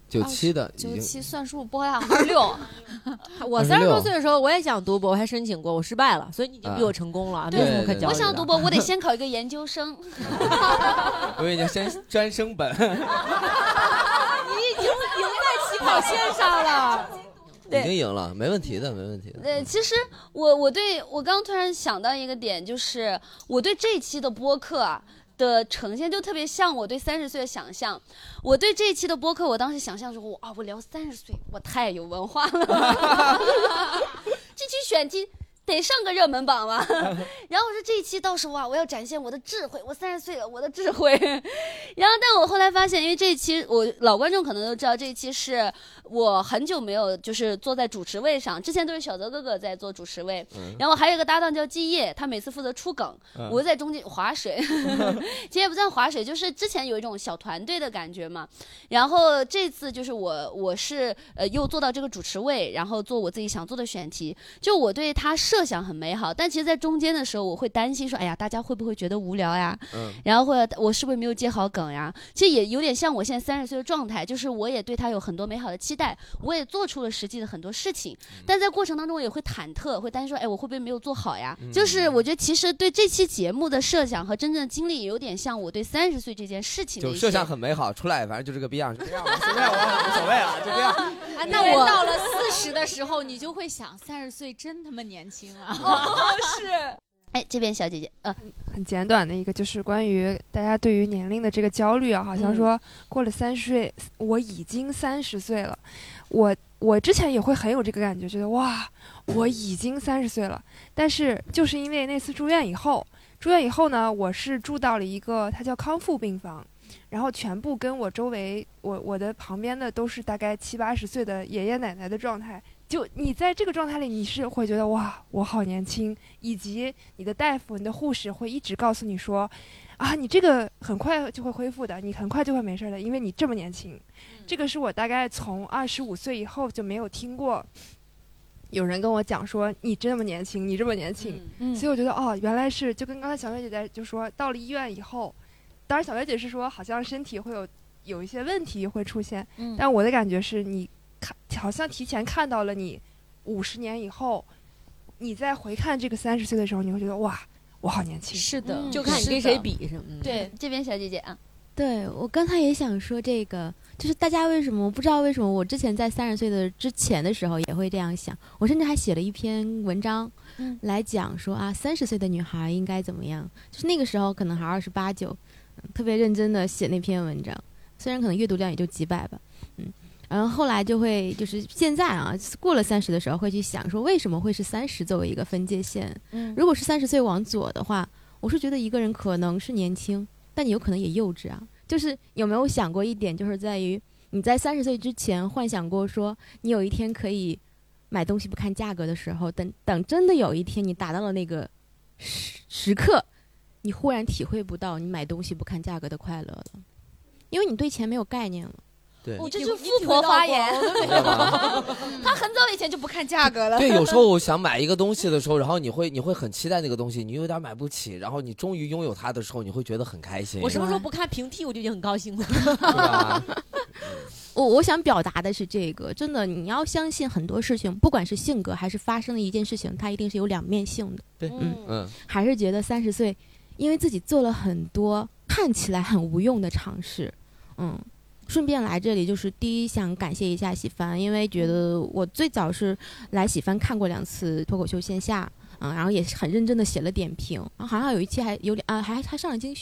97的 ，97算数不会26。 我30多岁的时候，我也想读博，我还申请过，我失败了，所以你已经比我成功了，没有什么可骄傲的。 我想读博，我得先考一个研究生。 我已经先专升本。 你已经赢在起跑线上了。 已经赢了，没问题的。 其实我刚突然想到一个点，就是我对这一期的播客的呈现就特别像我对30岁的想象。我对这一期的播客，我当时想象说，我聊30岁，我太有文化了。这期选题得上个热门榜嘛。然后我说这一期到时候我要展现我的智慧，我30岁了，我的智慧。然后但我后来发现，因为这一期我老观众可能都知道，这一期是我很久没有就是坐在主持位上，之前都是小泽哥哥在做主持位，然后还有一个搭档叫季业，他每次负责出梗，我在中间划水。其实也不算划水，就是之前有一种小团队的感觉嘛。然后这次就是我是又做到这个主持位，然后做我自己想做的选题，就我对他设想很美好，但其实在中间的时候我会担心说，哎呀大家会不会觉得无聊呀，然后或者我是不是没有接好梗呀。其实也有点像我现在30岁的状态，就是我也对他有很多美好的期待，我也做出了实际的很多事情，但在过程当中我也会忐忑，会担心说，哎我会不会没有做好呀。就是我觉得其实对这期节目的设想和真正的经历有点像我对30岁这件事情的一些， 就设想很美好，出来反正就这个逼样，就这样吧，随便我无所谓啊，就这样。 那我到了40的时候，你就会想，30岁真他妈年轻啊！ 是。哎，这边小姐姐， 很简短的一个，就是关于大家对于年龄的这个焦虑啊，好像说过了30岁，我已经30岁了。我之前也会很有这个感觉，觉得哇，我已经30岁了。但是就是因为那次住院以后呢，我是住到了一个它叫康复病房，然后全部跟我周围我的旁边的都是大概70、80岁的爷爷奶奶的状态。就你在这个状态里，你是会觉得哇，我好年轻，以及你的大夫、你的护士会一直告诉你说，啊，你这个很快就会恢复的，你很快就会没事的，因为你这么年轻。这个是我大概从25岁以后就没有听过有人跟我讲说你这么年轻，你这么年轻。所以我觉得原来是就跟刚才小月姐姐就说，到了医院以后，当然小月姐是说好像身体会有一些问题会出现，但我的感觉是你好像提前看到了你50年以后，你再回看这个30岁的时候，你会觉得哇，我好年轻。 是的，就看你跟谁比是吗？ 对，这边小姐姐啊， 对我刚才也想说这个，就是大家不知道为什么我之前在30岁之前的时候也会这样想，我甚至还写了一篇文章，来讲说30岁的女孩应该怎么样，就是那个时候可能还28、9，特别认真的写那篇文章，虽然可能阅读量也就几百吧，然后后来就是现在过了30的时候会去想说，为什么会是30作为一个分界线？如果是30岁往左的话，我是觉得一个人可能是年轻，但你有可能也幼稚啊。就是有没有想过一点，就是在于你在30岁之前幻想过说，你有一天可以买东西不看价格的时候，等真的有一天你达到了那个时刻，你忽然体会不到你买东西不看价格的快乐了，因为你对钱没有概念了。 对， 这是富婆发言。他很早以前就不看价格了。 对，有时候我想买一个东西的时候，然后你会很期待那个东西，你有点买不起，然后你终于拥有它的时候，你会觉得很开心。 我什么时候不看平替，我就已经很高兴了。 对吧？ 我想表达的是这个，真的，你要相信很多事情，不管是性格还是发生的一件事情，它一定是有两面性的。 对， 还是觉得30岁，因为自己做了很多看起来很无用的尝试，顺便来这里就是第一想感谢一下喜帆，因为觉得我最早是来喜帆看过2次脱口秀线下，然后也很认真的写了点评，好像有一期还有点还上了精选，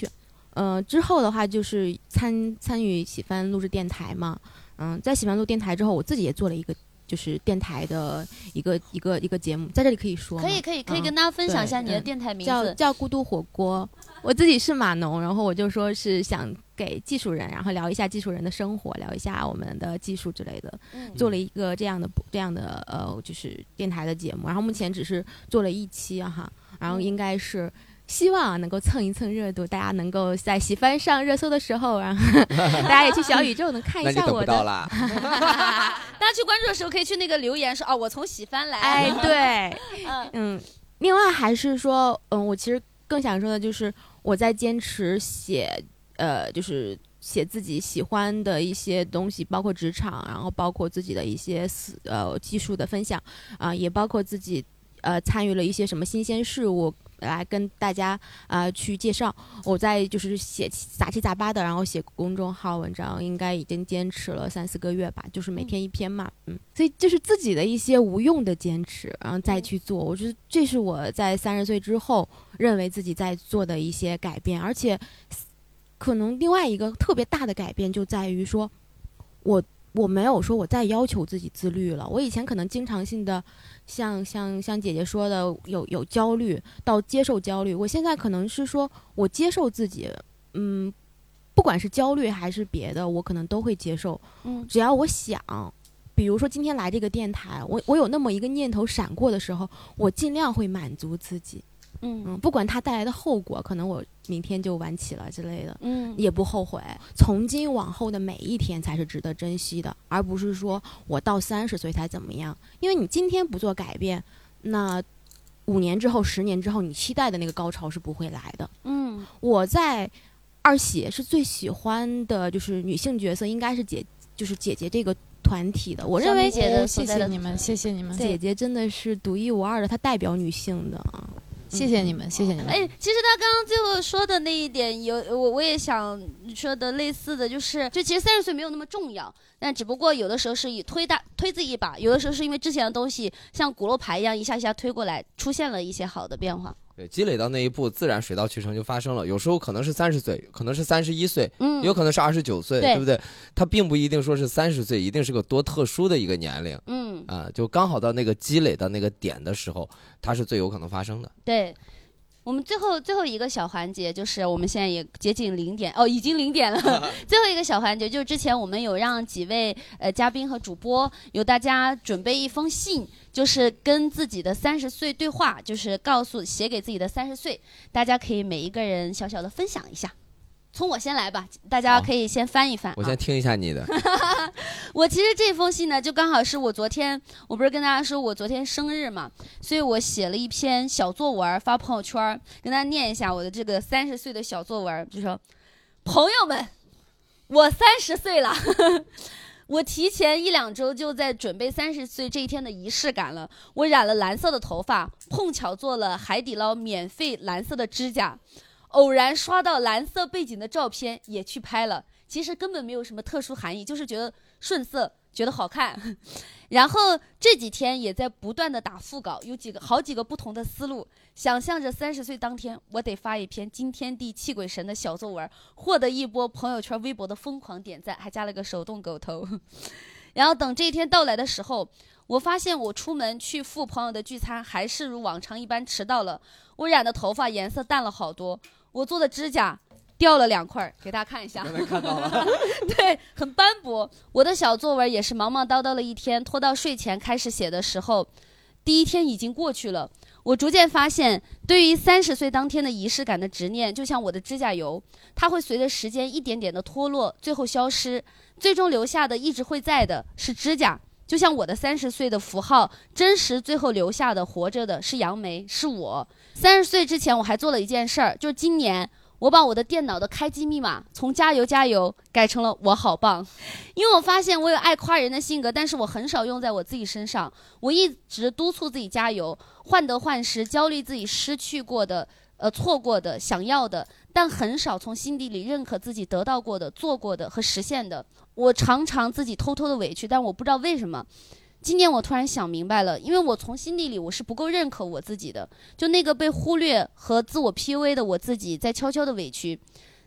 之后的话就是参与喜番录制电台嘛，在喜番录电台之后，我自己也做了一个就是电台的一个节目，在这里可以说吗？ 可以跟大家分享一下你的电台名字， 叫孤独火锅。我自己是码农，然后我就说是想给技术人，然后聊一下技术人的生活，聊一下我们的技术之类的，做了一个这样的就是电台的节目，然后目前只是做了1期哈，然后应该是希望能够蹭一蹭热度，大家能够在喜番上热搜的时候，然后大家也去小宇宙能看一下我的。 那你等不到啦大家去关注的时候可以去那个留言说我从喜番来。 哎，对，另外还是说，我其实更想说的就是我在坚持写，就是写自己喜欢的一些东西，包括职场，然后包括自己的一些技术的分享也包括自己参与了一些什么新鲜事物来跟大家去介绍。我在就是写杂七杂八的，然后写公众号文章，应该已经坚持了3-4个月吧，就是每天1篇嘛，所以就是自己的一些无用的坚持，然后再去做。我觉得这是我在30岁之后认为自己在做的一些改变，而且可能另外一个特别大的改变就在于说，我没有说我再要求自己自律了。我以前可能经常性的像姐姐说的有焦虑到接受焦虑，我现在可能是说我接受自己，不管是焦虑还是别的，我可能都会接受。只要我想，比如说今天来这个电台，我有那么一个念头闪过的时候，我尽量会满足自己。不管它带来的后果，可能我明天就晚起了之类的，也不后悔。从今往后的每一天才是值得珍惜的，而不是说我到30岁才怎么样。因为你今天不做改变，那5年之后、10年之后，你期待的那个高潮是不会来的。我在二喜是最喜欢的就是女性角色，应该是姐姐这个团体的。我认为谢谢你们，谢谢你们， 姐姐真的是独一无二的，她代表女性的。 谢谢你们，谢谢你们。 其实他刚刚最后说的那一点，我也想说的类似的，就其实30岁没有那么重要，但只不过有的时候是以推自己一把，有的时候是因为之前的东西像骨肉牌一样一下一下推过来，出现了一些好的变化。 对，积累到那一步，自然水到渠成就发生了。有时候可能是30岁，可能是31岁，有可能是29岁，对不对？它并不一定说是30岁，一定是个多特殊的一个年龄。就刚好到那个积累的那个点的时候，它是最有可能发生的。 对。我们最后一个小环节就是我们现在也接近0点已经0点了。最后一个小环节就是之前我们有让几位嘉宾和主播有大家准备一封信，就是跟自己的30岁对话，就是写给自己的30岁，大家可以每一个人小小的分享一下。从我先来吧，大家可以先翻一翻。 我先听一下你的。 我其实这封信呢，就刚好是我昨天，我不是跟大家说我昨天生日嘛，所以我写了一篇小作文发朋友圈，跟大家念一下我的这个30岁的小作文，就说：朋友们，我30岁了。我提前1-2周就在准备30岁这一天的仪式感了。我染了蓝色的头发，碰巧做了海底捞免费蓝色的指甲。偶然刷到蓝色背景的照片也去拍了，其实根本没有什么特殊含义，就是觉得顺色，觉得好看。然后这几天也在不断的打副稿，有好几个不同的思路，想象着30岁当天我得发一篇惊天地泣鬼神的小作文，获得一波朋友圈微博的疯狂点赞，还加了个手动狗头。然后等这一天到来的时候，我发现我出门去赴朋友的聚餐还是如往常一般迟到了。我染的头发颜色淡了好多，我做的指甲掉了2块，给大家看一下。 看到了。 对，很斑驳。我的小作文也是忙忙叨叨了一天，拖到睡前开始写的时候，第1天已经过去了。我逐渐发现，对于30岁当天的仪式感的执念，就像我的指甲油，它会随着时间一点点的脱落，最后消失，最终留下的一直会在的是指甲。就像我的30岁的符号，真实最后留下的活着的是杨梅，是我。30岁之前我还做了一件事儿，就是今年我把我的电脑的开机密码从加油加油改成了我好棒。因为我发现我有爱夸人的性格，但是我很少用在我自己身上。我一直督促自己加油，患得患失，焦虑自己失去过的错过的想要的，但很少从心底里认可自己得到过的做过的和实现的。我常常自己偷偷的委屈，但我不知道为什么。今年我突然想明白了，因为我从心底里我是不够认可我自己的，就那个被忽略和自我 PUA 的我自己在悄悄的委屈。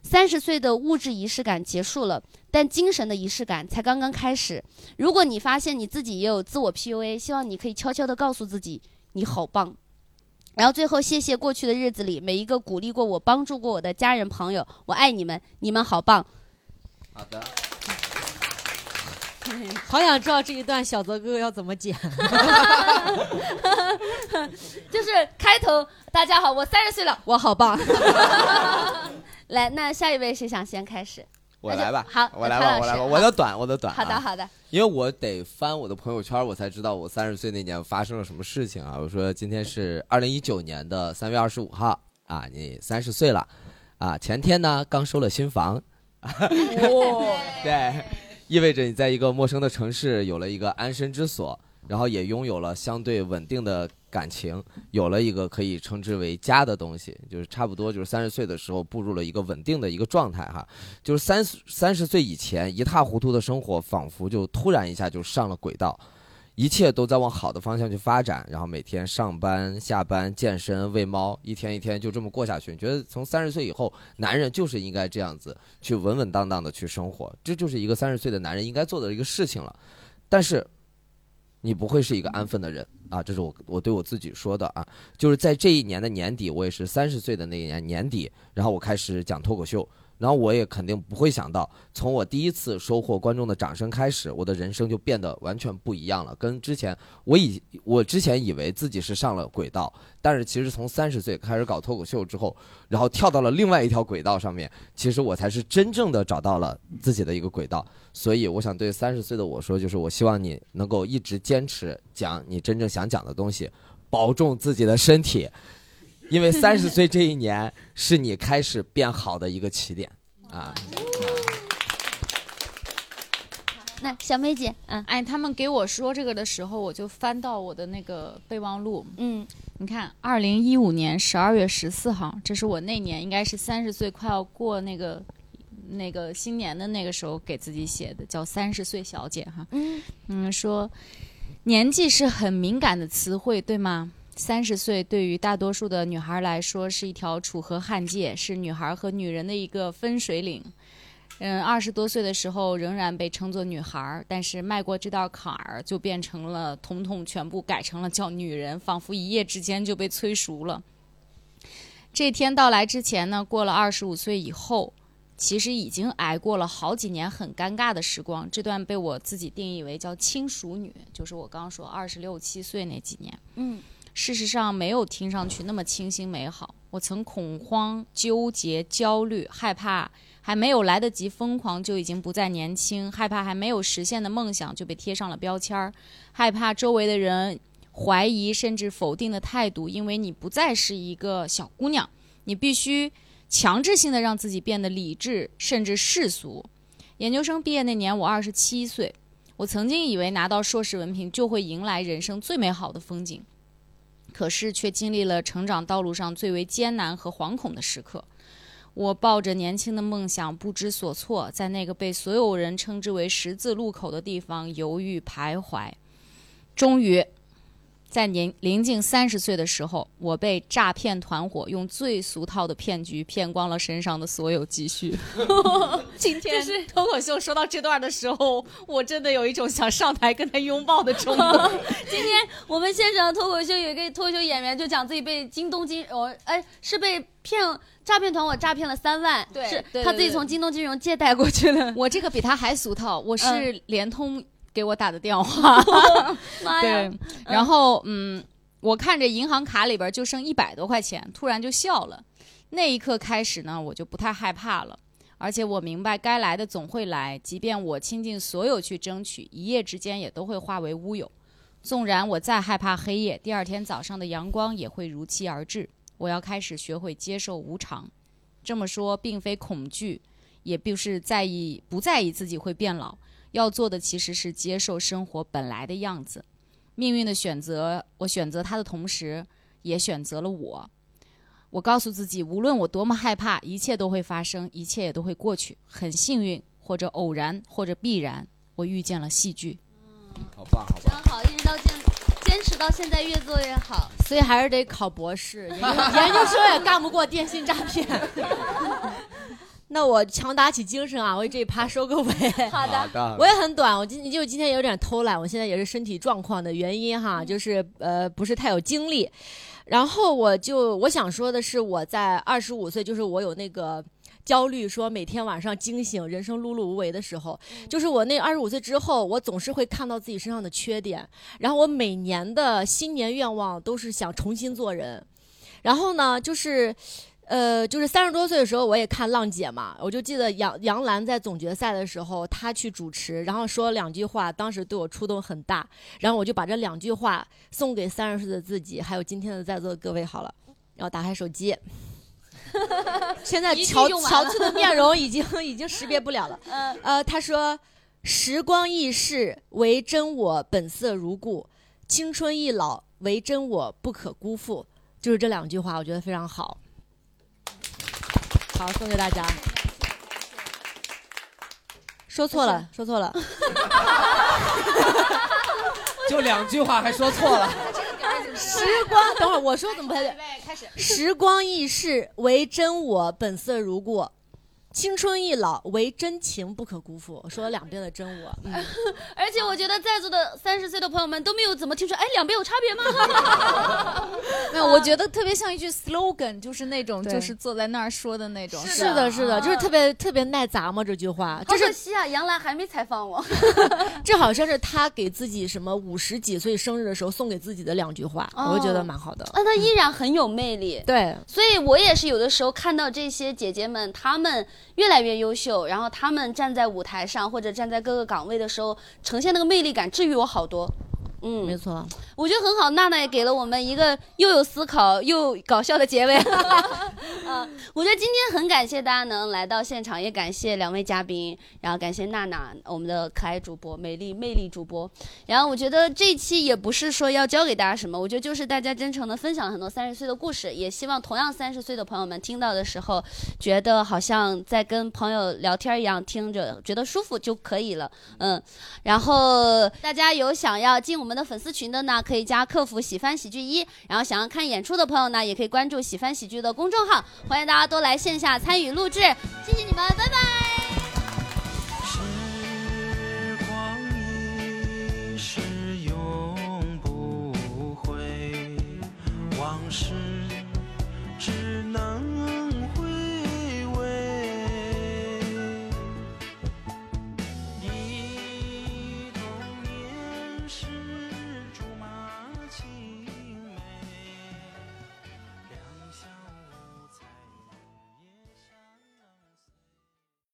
30岁的物质仪式感结束了，但精神的仪式感才刚刚开始。如果你发现你自己也有自我 PUA， 希望你可以悄悄地告诉自己你好棒。然后最后，谢谢过去的日子里每一个鼓励过我、帮助过我的家人朋友，我爱你们，你们好棒。 好的。 好想知道这一段小泽哥要怎么剪。 就是开头，大家好，我30岁了，我好棒。来，那下一位谁想先开始？ 我来吧， 好， 我来吧，我的短。 好的，好的。 因为我得翻我的朋友圈，我才知道我30岁那年发生了什么事情啊。我说今天是2019年的3月25号啊，你30岁了啊。前天呢刚收了新房，对，意味着你在一个陌生的城市有了一个安身之所，然后也拥有了相对稳定的感情，有了一个可以称之为家的东西，就是差不多就是30岁的时候步入了一个稳定的一个状态哈。就是30岁以前一塌糊涂的生活，仿佛就突然一下就上了轨道，一切都在往好的方向去发展，然后每天上班下班健身喂猫，一天一天就这么过下去。你觉得从30岁以后，男人就是应该这样子去稳稳当当的去生活，这就是一个30岁的男人应该做的一个事情了。但是你不会是一个安分的人啊，这是我对我自己说的啊。就是在这一年的年底，我也是30岁的那一年年底，然后我开始讲脱口秀，然后我也肯定不会想到，从我第一次收获观众的掌声开始，我的人生就变得完全不一样了。跟之前我之前以为自己是上了轨道，但是其实从30岁开始搞脱口秀之后，然后跳到了另外一条轨道上面，其实我才是真正的找到了自己的一个轨道。所以我想对30岁的我说，就是我希望你能够一直坚持讲你真正想讲的东西，保重自己的身体，因为30岁这一年是你开始变好的一个起点啊。 那小梅姐， 他们给我说这个的时候，我就翻到我的那个备忘录，你看，2015年12月14号，这是我那年应该是30岁快要过那个新年的那个时候给自己写的，叫30岁小姐哈。说年纪是很敏感的词汇，对吗？30岁对于大多数的女孩来说是一条楚河汉界，是女孩和女人的一个分水岭。20多岁的时候仍然被称作女孩，但是迈过这道坎儿就变成了统统全部改成了叫女人，仿佛一夜之间就被催熟了。这天到来之前呢，过了25岁以后，其实已经挨过了好几年很尴尬的时光。这段被我自己定义为叫轻熟女，就是我刚说26、27岁那几年。事实上没有听上去那么清新美好。我曾恐慌、纠结、焦虑，害怕还没有来得及疯狂就已经不再年轻，害怕还没有实现的梦想就被贴上了标签，害怕周围的人怀疑甚至否定的态度，因为你不再是一个小姑娘，你必须强制性的让自己变得理智甚至世俗。研究生毕业那年我27岁，我曾经以为拿到硕士文凭就会迎来人生最美好的风景，可是却经历了成长道路上最为艰难和惶恐的时刻。我抱着年轻的梦想不知所措，在那个被所有人称之为十字路口的地方犹豫徘徊。终于在临近30岁的时候，我被诈骗团伙用最俗套的骗局骗光了身上的所有积蓄。今天脱口秀说到这段的时候，我真的有一种想上台跟他拥抱的冲动。 今天我们现场脱口秀有一个脱口秀演员就讲自己被是被诈骗团伙诈骗了3万， 对， 是他自己从京东金融借贷过去的。 我这个比他还俗套，我是联通给我打的电话。 妈呀！ 对，然后我看着银行卡里边就剩100多块钱，突然就笑了。那一刻开始呢，我就不太害怕了，而且我明白该来的总会来，即便我倾尽所有去争取，一夜之间也都会化为乌有。纵然我再害怕黑夜，第二天早上的阳光也会如期而至。我要开始学会接受无常。这么说并非恐惧，也不是不在意自己会变老，要做的其实是接受生活本来的样子。命运的选择，我选择它的同时也选择了我。我告诉自己，无论我多么害怕，一切都会发生，一切也都会过去。很幸运，或者偶然，或者必然，我遇见了戏剧。 好棒，好棒， 真好，一直到坚持到现在，越做越好。 所以还是得考博士，研究生也干不过电信诈骗。 那我强打起精神啊，为这一趴收个尾。 好的， 我也很短，我今天有点偷懒，我现在也是身体状况的原因哈，就是不是太有精力。然后我想说的是，我在25岁，就是我有那个焦虑，说每天晚上惊醒，人生碌碌无为的时候，就是我那25岁之后，我总是会看到自己身上的缺点，然后我每年的新年愿望都是想重新做人。然后呢，就是30多岁的时候，我也看浪姐嘛，我就记得杨澜在总决赛的时候，她去主持，然后说了2句话，当时对我触动很大，然后我就把这2句话送给30岁的自己，还有今天的在座的各位好了，然后打开手机。现在憔悴的面容已经识别不了了。他说：“时光易逝，唯真我本色如故；青春易老，唯真我不可辜负。”就是这2句话，我觉得非常好。好，送给大家。说错了。 就2句话还说错了。 时光，等会儿我说怎么不太对？开始。时光易逝，唯真我本色如故；青春易老，唯真情不可辜负。我说了2遍的真我。 而且我觉得在座的30岁的朋友们都没有怎么听出，2遍有差别吗？ 没有，我觉得特别像一句 slogan， 就是那种就是坐在那儿说的那种。 是的，就是特别耐砸嘛这句话。 好可惜啊，杨澜还没采访我。 这好像是他给自己什么50几岁生日的时候送给自己的2句话，我觉得蛮好的。 他依然很有魅力。 对， 所以我也是有的时候看到这些姐姐们，她们越来越优秀，然后她们站在舞台上或者站在各个岗位的时候，呈现那个魅力感，治愈我好多。 没错， 我觉得很好。娜娜也给了我们一个又有思考又搞笑的结尾。我觉得今天很感谢大家能来到现场，也感谢2位嘉宾，然后感谢娜娜，我们的可爱主播，魅力主播。然后我觉得这一期也不是说要教给大家什么，我觉得就是大家真诚的分享了很多30岁的故事，也希望同样30岁的朋友们听到的时候，觉得好像在跟朋友聊天一样，听着觉得舒服就可以了。然后大家有想要进我们的粉丝群的呢，可以加客服喜翻喜剧1，然后想要看演出的朋友呢，也可以关注喜翻喜剧的公众号，欢迎大家多来线下参与录制，谢谢你们，拜拜。 时光易逝永不回，往事